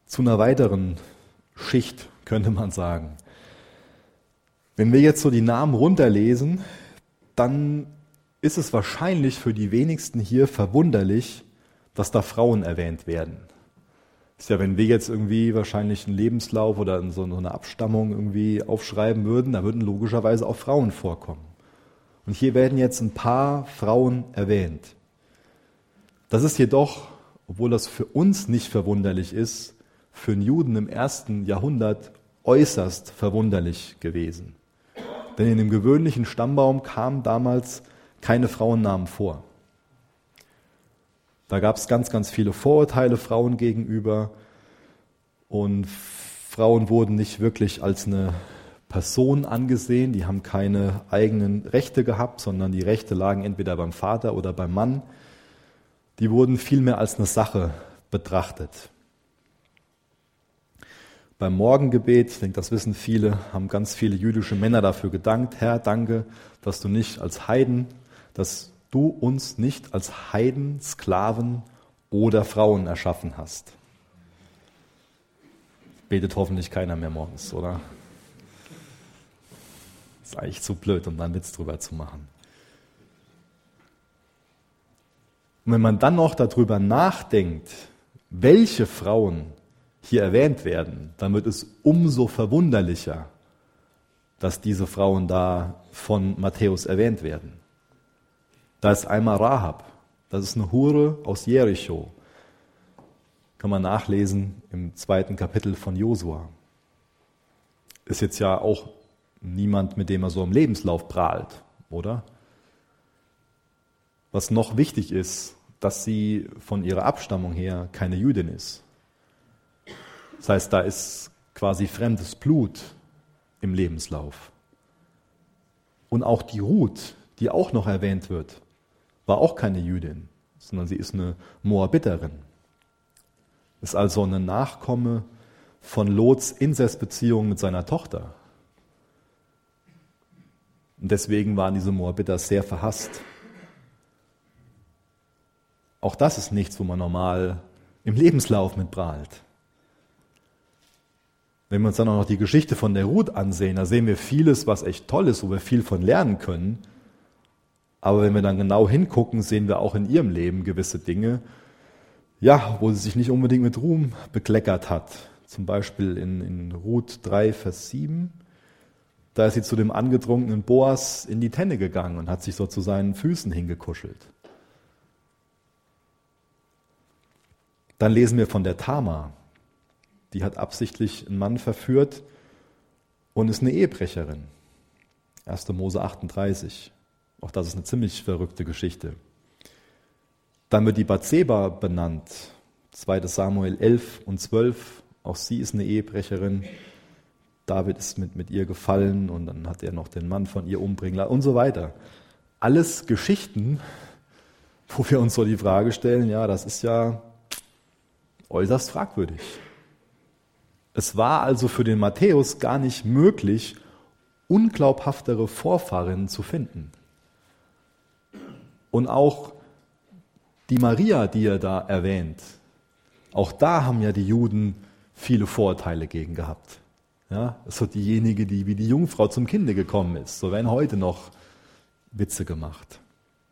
zu einer weiteren Schicht, könnte man sagen. Wenn wir jetzt so die Namen runterlesen, dann ist es wahrscheinlich für die wenigsten hier verwunderlich, dass da Frauen erwähnt werden. Ist ja, wenn wir jetzt irgendwie wahrscheinlich einen Lebenslauf oder so eine Abstammung irgendwie aufschreiben würden, da würden logischerweise auch Frauen vorkommen. Und hier werden jetzt ein paar Frauen erwähnt. Das ist jedoch, obwohl das für uns nicht verwunderlich ist, für einen Juden im 1. Jahrhundert äußerst verwunderlich gewesen. Denn in dem gewöhnlichen Stammbaum kamen damals keine Frauennamen vor. Da gab es ganz, ganz viele Vorurteile Frauen gegenüber und Frauen wurden nicht wirklich als eine Person angesehen, die haben keine eigenen Rechte gehabt, sondern die Rechte lagen entweder beim Vater oder beim Mann. Die wurden vielmehr als eine Sache betrachtet. Beim Morgengebet, ich denke, das wissen viele, haben ganz viele jüdische Männer dafür gedankt: Herr, danke, dass du uns nicht als Heiden, Sklaven oder Frauen erschaffen hast. Betet hoffentlich keiner mehr morgens, oder? Das ist eigentlich zu blöd, um da einen Witz drüber zu machen. Und wenn man dann noch darüber nachdenkt, welche Frauen hier erwähnt werden, dann wird es umso verwunderlicher, dass diese Frauen da von Matthäus erwähnt werden. Da ist einmal Rahab, das ist eine Hure aus Jericho. Kann man nachlesen im 2. Kapitel von Josua. Ist jetzt ja auch niemand, mit dem er so im Lebenslauf prahlt, oder? Was noch wichtig ist, dass sie von ihrer Abstammung her keine Jüdin ist. Das heißt, da ist quasi fremdes Blut im Lebenslauf. Und auch die Ruth, die auch noch erwähnt wird, war auch keine Jüdin, sondern sie ist eine Moabiterin. Ist also eine Nachkomme von Lots Inzestbeziehung mit seiner Tochter. Und deswegen waren diese Moabiter sehr verhasst. Auch das ist nichts, wo man normal im Lebenslauf mit prahlt. Wenn wir uns dann auch noch die Geschichte von der Ruth ansehen, da sehen wir vieles, was echt toll ist, wo wir viel von lernen können. Aber wenn wir dann genau hingucken, sehen wir auch in ihrem Leben gewisse Dinge, ja, wo sie sich nicht unbedingt mit Ruhm bekleckert hat. Zum Beispiel in Ruth 3, Vers 7. Da ist sie zu dem angetrunkenen Boas in die Tenne gegangen und hat sich so zu seinen Füßen hingekuschelt. Dann lesen wir von der Tamar. Die hat absichtlich einen Mann verführt und ist eine Ehebrecherin. 1. Mose 38. Auch das ist eine ziemlich verrückte Geschichte. Dann wird die Bathseba benannt. 2. Samuel 11 und 12. Auch sie ist eine Ehebrecherin. David ist mit ihr gefallen und dann hat er noch den Mann von ihr umbringen lassen und so weiter. Alles Geschichten, wo wir uns so die Frage stellen, ja, das ist ja äußerst fragwürdig. Es war also für den Matthäus gar nicht möglich, unglaubhaftere Vorfahrinnen zu finden. Und auch die Maria, die er da erwähnt, auch da haben ja die Juden viele Vorurteile gegen gehabt. Ja, das ist diejenige, die wie die Jungfrau zum Kinde gekommen ist. So werden heute noch Witze gemacht.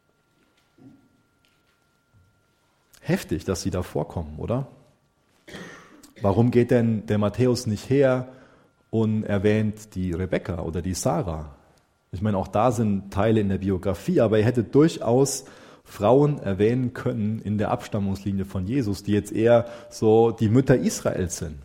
Heftig, dass sie da vorkommen, oder? Warum geht denn der Matthäus nicht her und erwähnt die Rebekka oder die Sarah? Ich meine, auch da sind Teile in der Biografie, aber er hätte durchaus Frauen erwähnen können in der Abstammungslinie von Jesus, die jetzt eher so die Mütter Israels sind.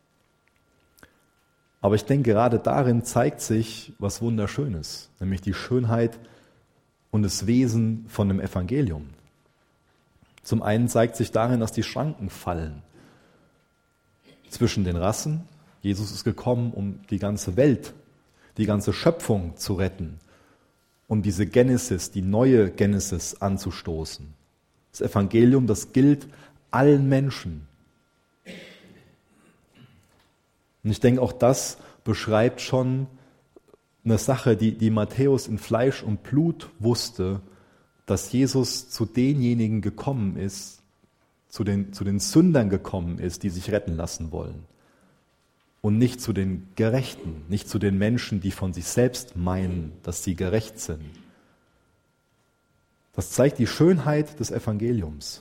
Aber ich denke, gerade darin zeigt sich was Wunderschönes, nämlich die Schönheit und das Wesen von dem Evangelium. Zum einen zeigt sich darin, dass die Schranken fallen zwischen den Rassen. Jesus ist gekommen, um die ganze Welt, die ganze Schöpfung zu retten, um diese Genesis, die neue Genesis anzustoßen. Das Evangelium, das gilt allen Menschen. Und ich denke, auch das beschreibt schon eine Sache, die Matthäus in Fleisch und Blut wusste, dass Jesus zu denjenigen gekommen ist, zu den Sündern gekommen ist, die sich retten lassen wollen. Und nicht zu den Gerechten, nicht zu den Menschen, die von sich selbst meinen, dass sie gerecht sind. Das zeigt die Schönheit des Evangeliums.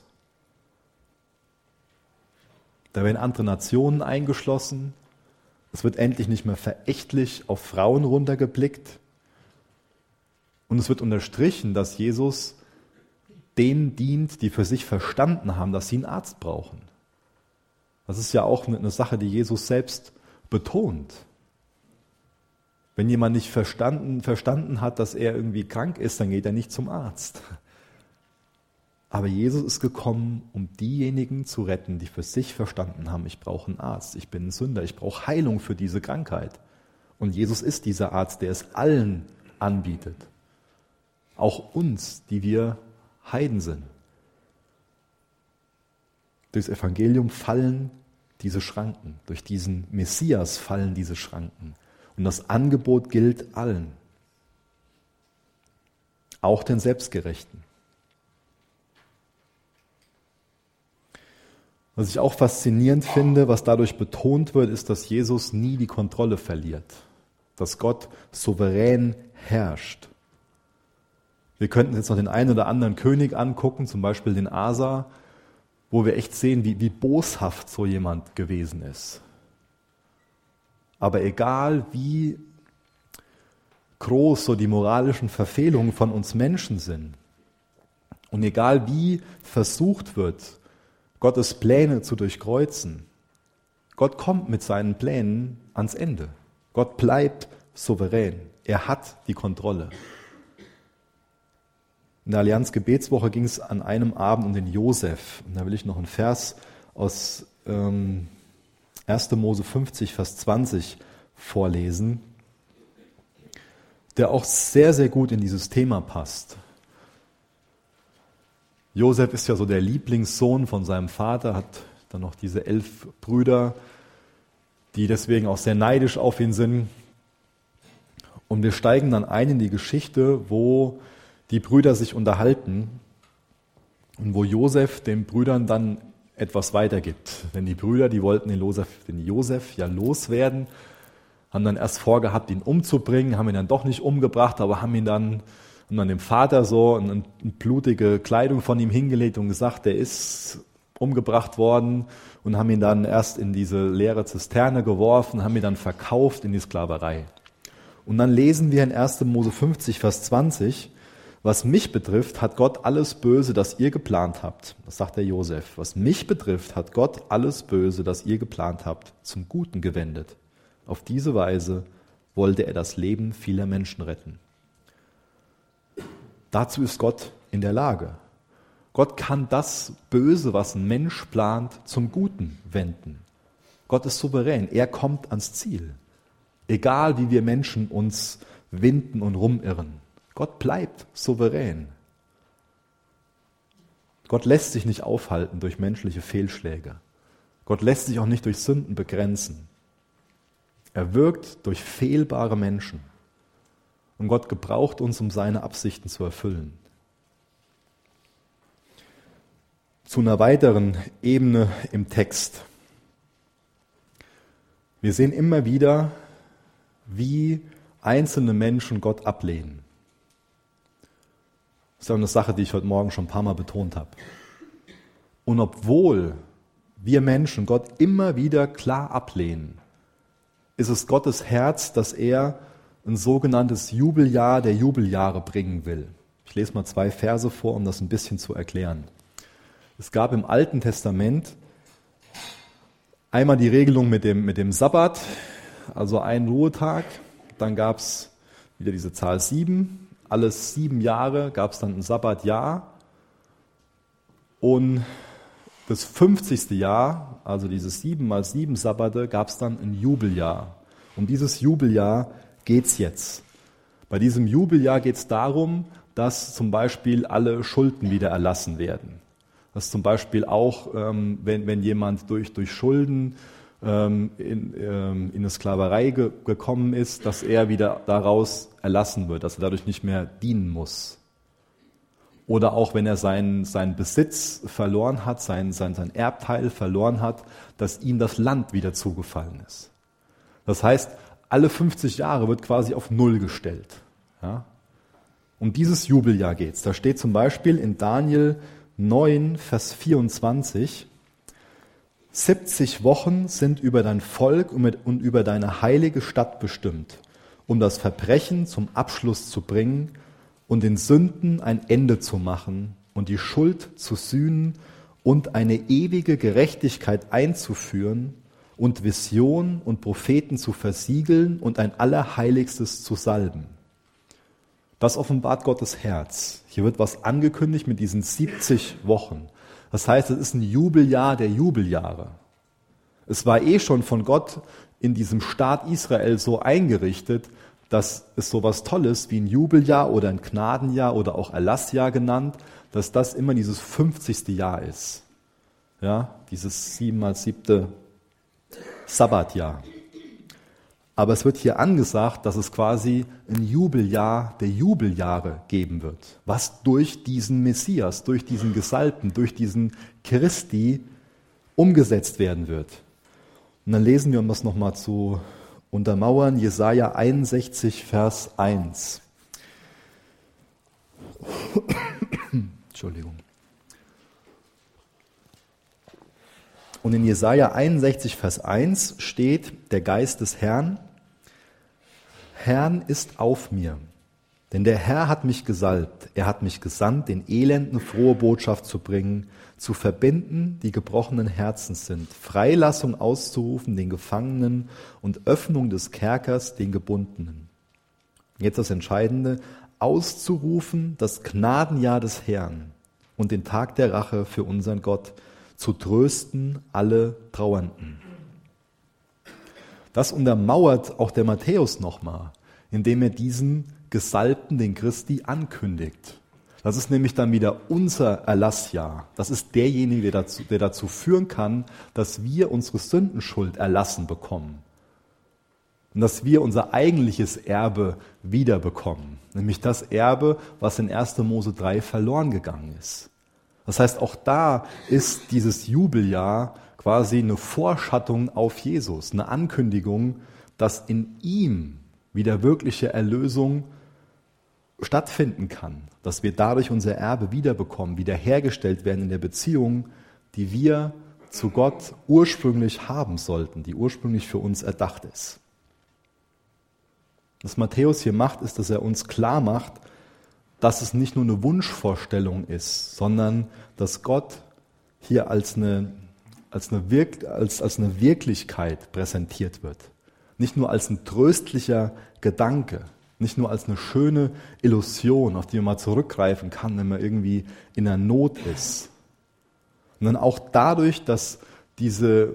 Da werden andere Nationen eingeschlossen. Es wird endlich nicht mehr verächtlich auf Frauen runtergeblickt. Und es wird unterstrichen, dass Jesus denen dient, die für sich verstanden haben, dass sie einen Arzt brauchen. Das ist ja auch eine Sache, die Jesus selbst betont. Wenn jemand nicht verstanden hat, dass er irgendwie krank ist, dann geht er nicht zum Arzt. Aber Jesus ist gekommen, um diejenigen zu retten, die für sich verstanden haben, ich brauche einen Arzt, ich bin ein Sünder, ich brauche Heilung für diese Krankheit. Und Jesus ist dieser Arzt, der es allen anbietet. Auch uns, die wir Heiden sind. Durchs Evangelium fallen diese Schranken. Durch diesen Messias fallen diese Schranken. Und das Angebot gilt allen. Auch den Selbstgerechten. Was ich auch faszinierend finde, was dadurch betont wird, ist, dass Jesus nie die Kontrolle verliert. Dass Gott souverän herrscht. Wir könnten jetzt noch den einen oder anderen König angucken, zum Beispiel den Asa, wo wir echt sehen, wie boshaft so jemand gewesen ist. Aber egal wie groß so die moralischen Verfehlungen von uns Menschen sind und egal wie versucht wird, Gottes Pläne zu durchkreuzen, Gott kommt mit seinen Plänen ans Ende. Gott bleibt souverän. Er hat die Kontrolle. In der Allianz Gebetswoche ging es an einem Abend um den Josef. Und da will ich noch einen Vers aus 1. Mose 50, Vers 20 vorlesen, der auch sehr, sehr gut in dieses Thema passt. Josef ist ja so der Lieblingssohn von seinem Vater, hat dann noch diese 11 Brüder, die deswegen auch sehr neidisch auf ihn sind. Und wir steigen dann ein in die Geschichte, wo die Brüder sich unterhalten und wo Josef den Brüdern dann etwas weitergibt. Denn die Brüder, die wollten den Josef ja loswerden, haben dann erst vorgehabt, ihn umzubringen, haben ihn dann doch nicht umgebracht, aber haben dann dem Vater so eine blutige Kleidung von ihm hingelegt und gesagt, der ist umgebracht worden, und haben ihn dann erst in diese leere Zisterne geworfen, haben ihn dann verkauft in die Sklaverei. Und dann lesen wir in 1. Mose 50, Vers 20, was mich betrifft, hat Gott alles Böse, das ihr geplant habt. Das sagt der Josef. Was mich betrifft, hat Gott alles Böse, das ihr geplant habt, zum Guten gewendet. Auf diese Weise wollte er das Leben vieler Menschen retten. Dazu ist Gott in der Lage. Gott kann das Böse, was ein Mensch plant, zum Guten wenden. Gott ist souverän. Er kommt ans Ziel. Egal wie wir Menschen uns winden und rumirren. Gott bleibt souverän. Gott lässt sich nicht aufhalten durch menschliche Fehlschläge. Gott lässt sich auch nicht durch Sünden begrenzen. Er wirkt durch fehlbare Menschen. Und Gott gebraucht uns, um seine Absichten zu erfüllen. Zu einer weiteren Ebene im Text. Wir sehen immer wieder, wie einzelne Menschen Gott ablehnen. Das ist ja eine Sache, die ich heute Morgen schon ein paar Mal betont habe. Und obwohl wir Menschen Gott immer wieder klar ablehnen, ist es Gottes Herz, dass er ein sogenanntes Jubeljahr der Jubeljahre bringen will. Ich lese mal 2 Verse vor, um das ein bisschen zu erklären. Es gab im Alten Testament einmal die Regelung mit dem Sabbat, also einen Ruhetag. Dann gab es wieder diese Zahl 7. Alle 7 Jahre gab es dann ein Sabbatjahr. Und das 50. Jahr, also diese 7 mal 7 Sabbate, gab es dann ein Jubeljahr. Um dieses Jubeljahr geht es jetzt. Bei diesem Jubeljahr geht es darum, dass zum Beispiel alle Schulden wieder erlassen werden. Dass zum Beispiel auch, wenn jemand durch Schulden in eine Sklaverei gekommen ist, dass er wieder daraus erlassen wird, dass er dadurch nicht mehr dienen muss. Oder auch wenn er seinen Besitz verloren hat, sein Erbteil verloren hat, dass ihm das Land wieder zugefallen ist. Das heißt, alle 50 Jahre wird quasi auf Null gestellt. Ja? Um dieses Jubeljahr geht's. Da steht zum Beispiel in Daniel 9, Vers 24, 70 Wochen sind über dein Volk und über deine heilige Stadt bestimmt, um das Verbrechen zum Abschluss zu bringen und den Sünden ein Ende zu machen und die Schuld zu sühnen und eine ewige Gerechtigkeit einzuführen und Visionen und Propheten zu versiegeln und ein Allerheiligstes zu salben. Das offenbart Gottes Herz. Hier wird was angekündigt mit diesen 70 Wochen. Das heißt, es ist ein Jubeljahr der Jubeljahre. Es war schon von Gott in diesem Staat Israel so eingerichtet, dass es so was Tolles wie ein Jubeljahr oder ein Gnadenjahr oder auch Erlassjahr genannt, dass das immer dieses 50. Jahr ist. Ja, dieses 7x7 Sabbatjahr. Aber es wird hier angesagt, dass es quasi ein Jubeljahr der Jubeljahre geben wird, was durch diesen Messias, durch diesen Gesalbten, durch diesen Christi umgesetzt werden wird. Und dann lesen wir, um das nochmal zu untermauern, Jesaja 61, Vers 1. Entschuldigung. Und in Jesaja 61, Vers 1 steht, der Geist des Herrn ist auf mir. Denn der Herr hat mich gesalbt, er hat mich gesandt, den Elenden frohe Botschaft zu bringen, zu verbinden, die gebrochenen Herzens sind, Freilassung auszurufen den Gefangenen und Öffnung des Kerkers den Gebundenen. Jetzt das Entscheidende, auszurufen das Gnadenjahr des Herrn und den Tag der Rache für unseren Gott, zu trösten alle Trauernden. Das untermauert auch der Matthäus nochmal, indem er diesen Gesalbten, den Christi, ankündigt. Das ist nämlich dann wieder unser Erlassjahr. Das ist derjenige, der dazu führen kann, dass wir unsere Sündenschuld erlassen bekommen. Und dass wir unser eigentliches Erbe wiederbekommen. Nämlich das Erbe, was in 1. Mose 3 verloren gegangen ist. Das heißt, auch da ist dieses Jubeljahr quasi eine Vorschattung auf Jesus, eine Ankündigung, dass in ihm wieder wirkliche Erlösung stattfinden kann, dass wir dadurch unser Erbe wiederbekommen, wiederhergestellt werden in der Beziehung, die wir zu Gott ursprünglich haben sollten, die ursprünglich für uns erdacht ist. Was Matthäus hier macht, ist, dass er uns klar macht, dass es nicht nur eine Wunschvorstellung ist, sondern dass Gott hier als eine Wirklichkeit präsentiert wird. Nicht nur als ein tröstlicher Gedanke, nicht nur als eine schöne Illusion, auf die man mal zurückgreifen kann, wenn man irgendwie in einer Not ist. Sondern auch dadurch, dass die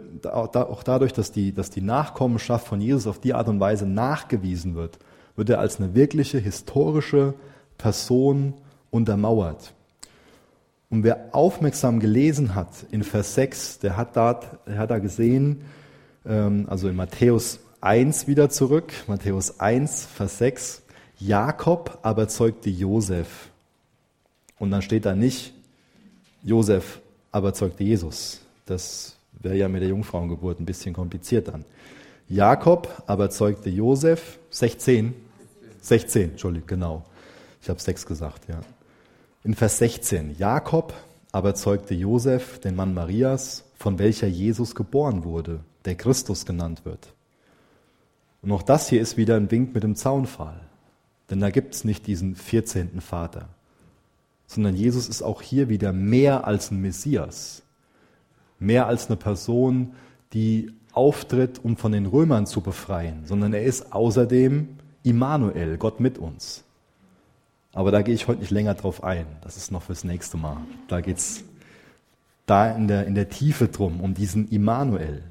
Nachkommenschaft von Jesus auf die Art und Weise nachgewiesen wird, wird er als eine wirkliche historische Person untermauert. Und wer aufmerksam gelesen hat in Vers 6, der hat da gesehen, also in Matthäus 1 wieder zurück, Matthäus 1, Vers 6, Jakob aber zeugte Josef. Und dann steht da nicht, Josef aber zeugte Jesus. Das wäre ja mit der Jungfrauengeburt ein bisschen kompliziert dann. Jakob aber zeugte Josef, 16, Entschuldigung, genau. Ich habe 6 gesagt, ja. In Vers 16, Jakob aber zeugte Josef, den Mann Marias, von welcher Jesus geboren wurde, der Christus genannt wird. Und auch das hier ist wieder ein Wink mit dem Zaunpfahl. Denn da gibt es nicht diesen 14. Vater, sondern Jesus ist auch hier wieder mehr als ein Messias, mehr als eine Person, die auftritt, um von den Römern zu befreien, sondern er ist außerdem Immanuel, Gott mit uns. Aber da gehe ich heute nicht länger drauf ein. Das ist noch fürs nächste Mal. Da geht es in der Tiefe drum, um diesen Immanuel.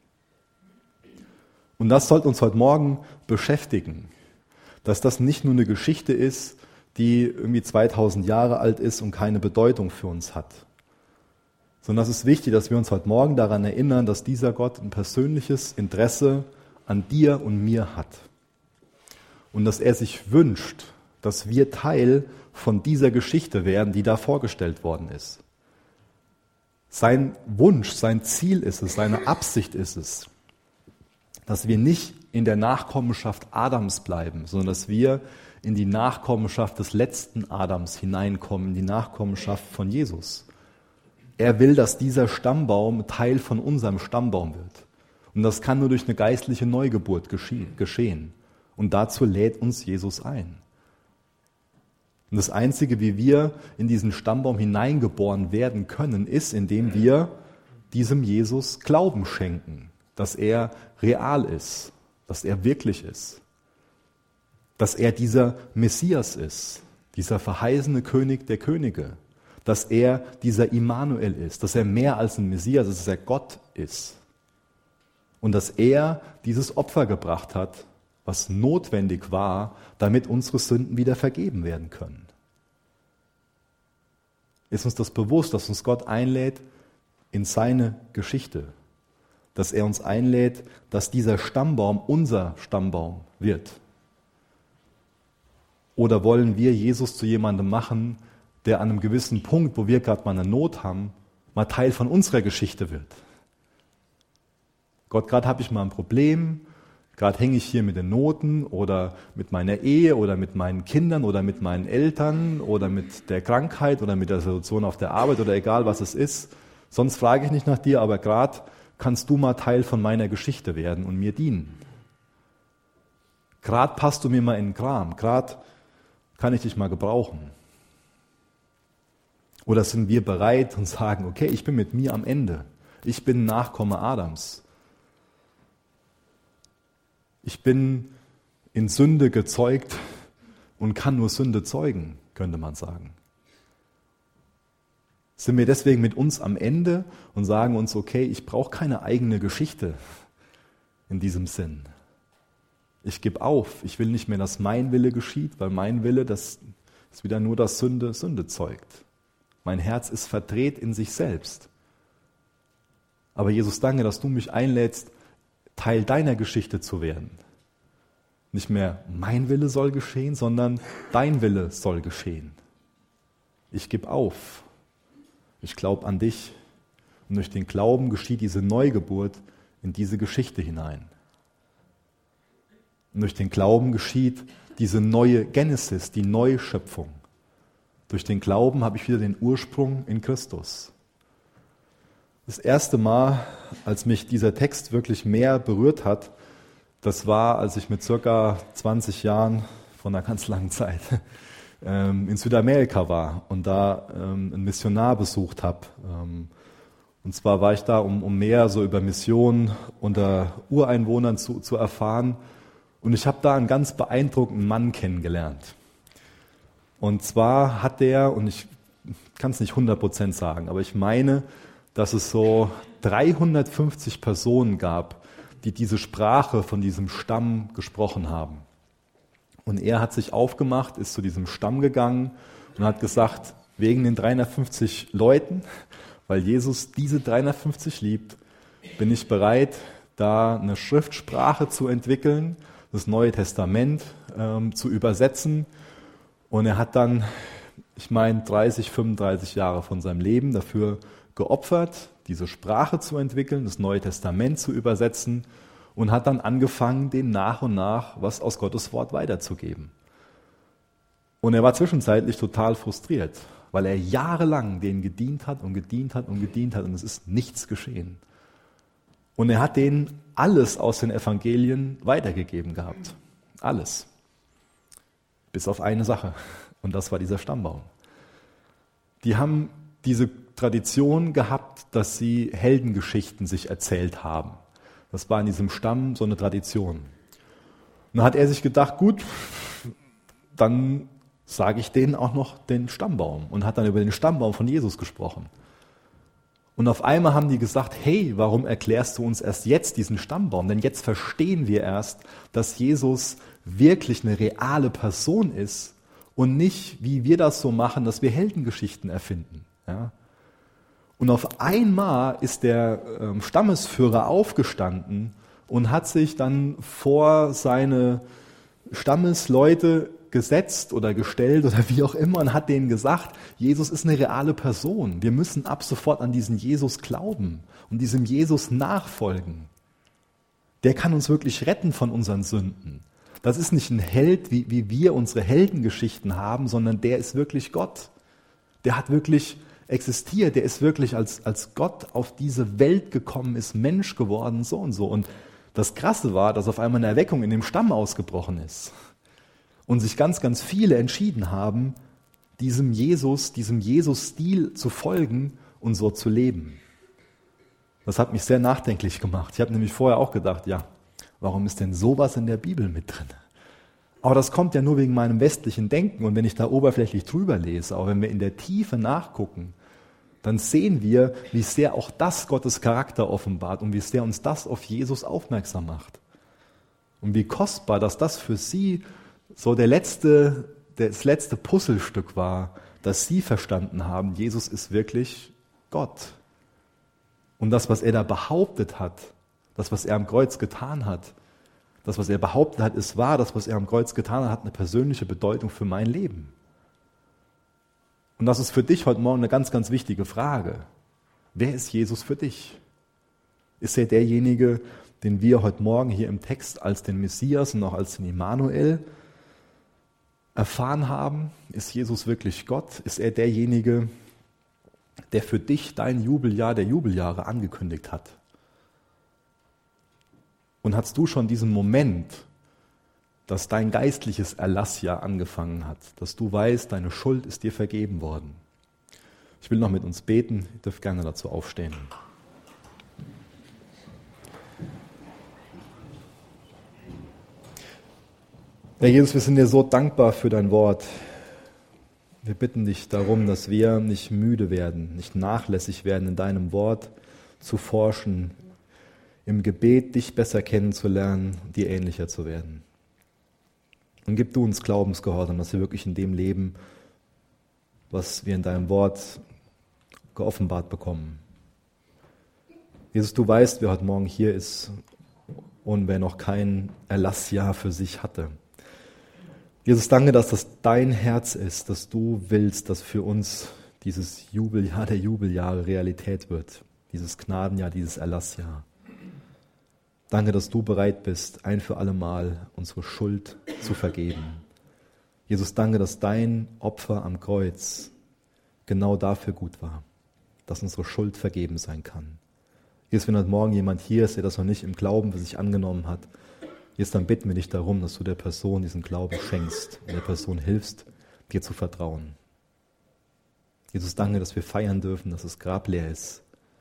Und das sollte uns heute Morgen beschäftigen. Dass das nicht nur eine Geschichte ist, die irgendwie 2000 Jahre alt ist und keine Bedeutung für uns hat. Sondern es ist wichtig, dass wir uns heute Morgen daran erinnern, dass dieser Gott ein persönliches Interesse an dir und mir hat. Und dass er sich wünscht, dass wir Teil von dieser Geschichte werden, die da vorgestellt worden ist. Sein Wunsch, sein Ziel ist es, seine Absicht ist es, dass wir nicht in der Nachkommenschaft Adams bleiben, sondern dass wir in die Nachkommenschaft des letzten Adams hineinkommen, in die Nachkommenschaft von Jesus. Er will, dass dieser Stammbaum Teil von unserem Stammbaum wird. Und das kann nur durch eine geistliche Neugeburt geschehen. Und dazu lädt uns Jesus ein. Und das Einzige, wie wir in diesen Stammbaum hineingeboren werden können, ist, indem wir diesem Jesus Glauben schenken, dass er real ist, dass er wirklich ist, dass er dieser Messias ist, dieser verheißene König der Könige, dass er dieser Immanuel ist, dass er mehr als ein Messias ist, dass er Gott ist und dass er dieses Opfer gebracht hat, was notwendig war, damit unsere Sünden wieder vergeben werden können. Ist uns das bewusst, dass uns Gott einlädt in seine Geschichte, dass er uns einlädt, dass dieser Stammbaum unser Stammbaum wird? Oder wollen wir Jesus zu jemandem machen, der an einem gewissen Punkt, wo wir gerade mal eine Not haben, mal Teil von unserer Geschichte wird? Gott, gerade habe ich mal ein Problem, gerade hänge ich hier mit den Noten oder mit meiner Ehe oder mit meinen Kindern oder mit meinen Eltern oder mit der Krankheit oder mit der Situation auf der Arbeit oder egal was es ist. Sonst frage ich nicht nach dir, aber gerade kannst du mal Teil von meiner Geschichte werden und mir dienen. Gerade passt du mir mal in den Kram, gerade kann ich dich mal gebrauchen. Oder sind wir bereit und sagen, okay, ich bin mit mir am Ende. Ich bin Nachkomme Adams. Ich bin in Sünde gezeugt und kann nur Sünde zeugen, könnte man sagen. Sind wir deswegen mit uns am Ende und sagen uns, okay, ich brauche keine eigene Geschichte in diesem Sinn. Ich gebe auf, ich will nicht mehr, dass mein Wille geschieht, weil mein Wille, das ist wieder nur, dass Sünde zeugt. Mein Herz ist verdreht in sich selbst. Aber Jesus, danke, dass du mich einlädst, Teil deiner Geschichte zu werden. Nicht mehr mein Wille soll geschehen, sondern dein Wille soll geschehen. Ich gebe auf. Ich glaube an dich. Und durch den Glauben geschieht diese Neugeburt in diese Geschichte hinein. Und durch den Glauben geschieht diese neue Genesis, die Neuschöpfung. Durch den Glauben habe ich wieder den Ursprung in Christus. Das erste Mal, als mich dieser Text wirklich mehr berührt hat, das war, als ich mit circa 20 Jahren von einer ganz langen Zeit in Südamerika war und da einen Missionar besucht habe. Und zwar war ich da, um mehr so über Missionen unter Ureinwohnern zu erfahren. Und ich habe da einen ganz beeindruckenden Mann kennengelernt. Und zwar hat der, und ich kann es nicht 100% sagen, aber ich meine, dass es so 350 Personen gab, die diese Sprache von diesem Stamm gesprochen haben. Und er hat sich aufgemacht, ist zu diesem Stamm gegangen und hat gesagt, wegen den 350 Leuten, weil Jesus diese 350 liebt, bin ich bereit, da eine Schriftsprache zu entwickeln, das Neue Testament zu übersetzen. Und er hat dann, 30, 35 Jahre von seinem Leben dafür geopfert, diese Sprache zu entwickeln, das Neue Testament zu übersetzen und hat dann angefangen, denen nach und nach was aus Gottes Wort weiterzugeben. Und er war zwischenzeitlich total frustriert, weil er jahrelang denen gedient hat und gedient hat und gedient hat und es ist nichts geschehen. Und er hat denen alles aus den Evangelien weitergegeben gehabt. Alles. Bis auf eine Sache. Und das war dieser Stammbaum. Die haben diese Tradition gehabt, dass sie Heldengeschichten sich erzählt haben. Das war in diesem Stamm so eine Tradition. Und dann hat er sich gedacht, gut, dann sage ich denen auch noch den Stammbaum und hat dann über den Stammbaum von Jesus gesprochen. Und auf einmal haben die gesagt, hey, warum erklärst du uns erst jetzt diesen Stammbaum? Denn jetzt verstehen wir erst, dass Jesus wirklich eine reale Person ist und nicht, wie wir das so machen, dass wir Heldengeschichten erfinden. Ja? Und auf einmal ist der Stammesführer aufgestanden und hat sich dann vor seine Stammesleute gesetzt oder gestellt oder wie auch immer und hat denen gesagt, Jesus ist eine reale Person. Wir müssen ab sofort an diesen Jesus glauben und diesem Jesus nachfolgen. Der kann uns wirklich retten von unseren Sünden. Das ist nicht ein Held, wie wir unsere Heldengeschichten haben, sondern der ist wirklich Gott. Der hat wirklich existiert, der ist wirklich als Gott auf diese Welt gekommen, ist Mensch geworden, so und so. Und das Krasse war, dass auf einmal eine Erweckung in dem Stamm ausgebrochen ist und sich ganz, ganz viele entschieden haben, diesem Jesus-Stil zu folgen und so zu leben. Das hat mich sehr nachdenklich gemacht. Ich habe nämlich vorher auch gedacht, ja, warum ist denn sowas in der Bibel mit drin? Aber das kommt ja nur wegen meinem westlichen Denken und wenn ich da oberflächlich drüber lese, aber wenn wir in der Tiefe nachgucken, dann sehen wir, wie sehr auch das Gottes Charakter offenbart und wie sehr uns das auf Jesus aufmerksam macht. Und wie kostbar, dass das für sie so das letzte Puzzlestück war, dass sie verstanden haben, Jesus ist wirklich Gott. Und das, was er da behauptet hat, das, was er am Kreuz getan hat, das, was er behauptet hat, ist wahr, das, was er am Kreuz getan hat, hat eine persönliche Bedeutung für mein Leben. Und das ist für dich heute Morgen eine ganz, ganz wichtige Frage. Wer ist Jesus für dich? Ist er derjenige, den wir heute Morgen hier im Text als den Messias und auch als den Immanuel erfahren haben? Ist Jesus wirklich Gott? Ist er derjenige, der für dich dein Jubeljahr der Jubeljahre angekündigt hat? Und hast du schon diesen Moment, dass dein geistliches Erlassjahr angefangen hat, dass du weißt, deine Schuld ist dir vergeben worden? Ich will noch mit uns beten, ihr dürft gerne dazu aufstehen. Herr Jesus, wir sind dir so dankbar für dein Wort. Wir bitten dich darum, dass wir nicht müde werden, nicht nachlässig werden, in deinem Wort zu forschen, im Gebet dich besser kennenzulernen, dir ähnlicher zu werden. Und gib du uns Glaubensgehorsam, dass wir wirklich in dem leben, was wir in deinem Wort geoffenbart bekommen. Jesus, du weißt, wer heute Morgen hier ist und wer noch kein Erlassjahr für sich hatte. Jesus, danke, dass das dein Herz ist, dass du willst, dass für uns dieses Jubeljahr der Jubeljahre Realität wird, dieses Gnadenjahr, dieses Erlassjahr. Danke, dass du bereit bist, ein für alle Mal unsere Schuld zu vergeben. Jesus, danke, dass dein Opfer am Kreuz genau dafür gut war, dass unsere Schuld vergeben sein kann. Jesus, wenn heute Morgen jemand hier ist, der das noch nicht im Glauben für sich angenommen hat, Jesus, dann bitten wir dich darum, dass du der Person diesen Glauben schenkst und der Person hilfst, dir zu vertrauen. Jesus, danke, dass wir feiern dürfen, dass das Grab leer ist.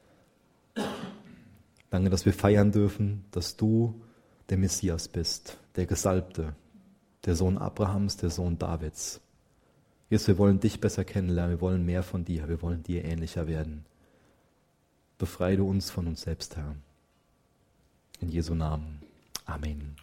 Danke, dass wir feiern dürfen, dass du der Messias bist, der Gesalbte, der Sohn Abrahams, der Sohn Davids. Jesus, wir wollen dich besser kennenlernen, wir wollen mehr von dir, wir wollen dir ähnlicher werden. Befreie du uns von uns selbst, Herr. In Jesu Namen. Amen.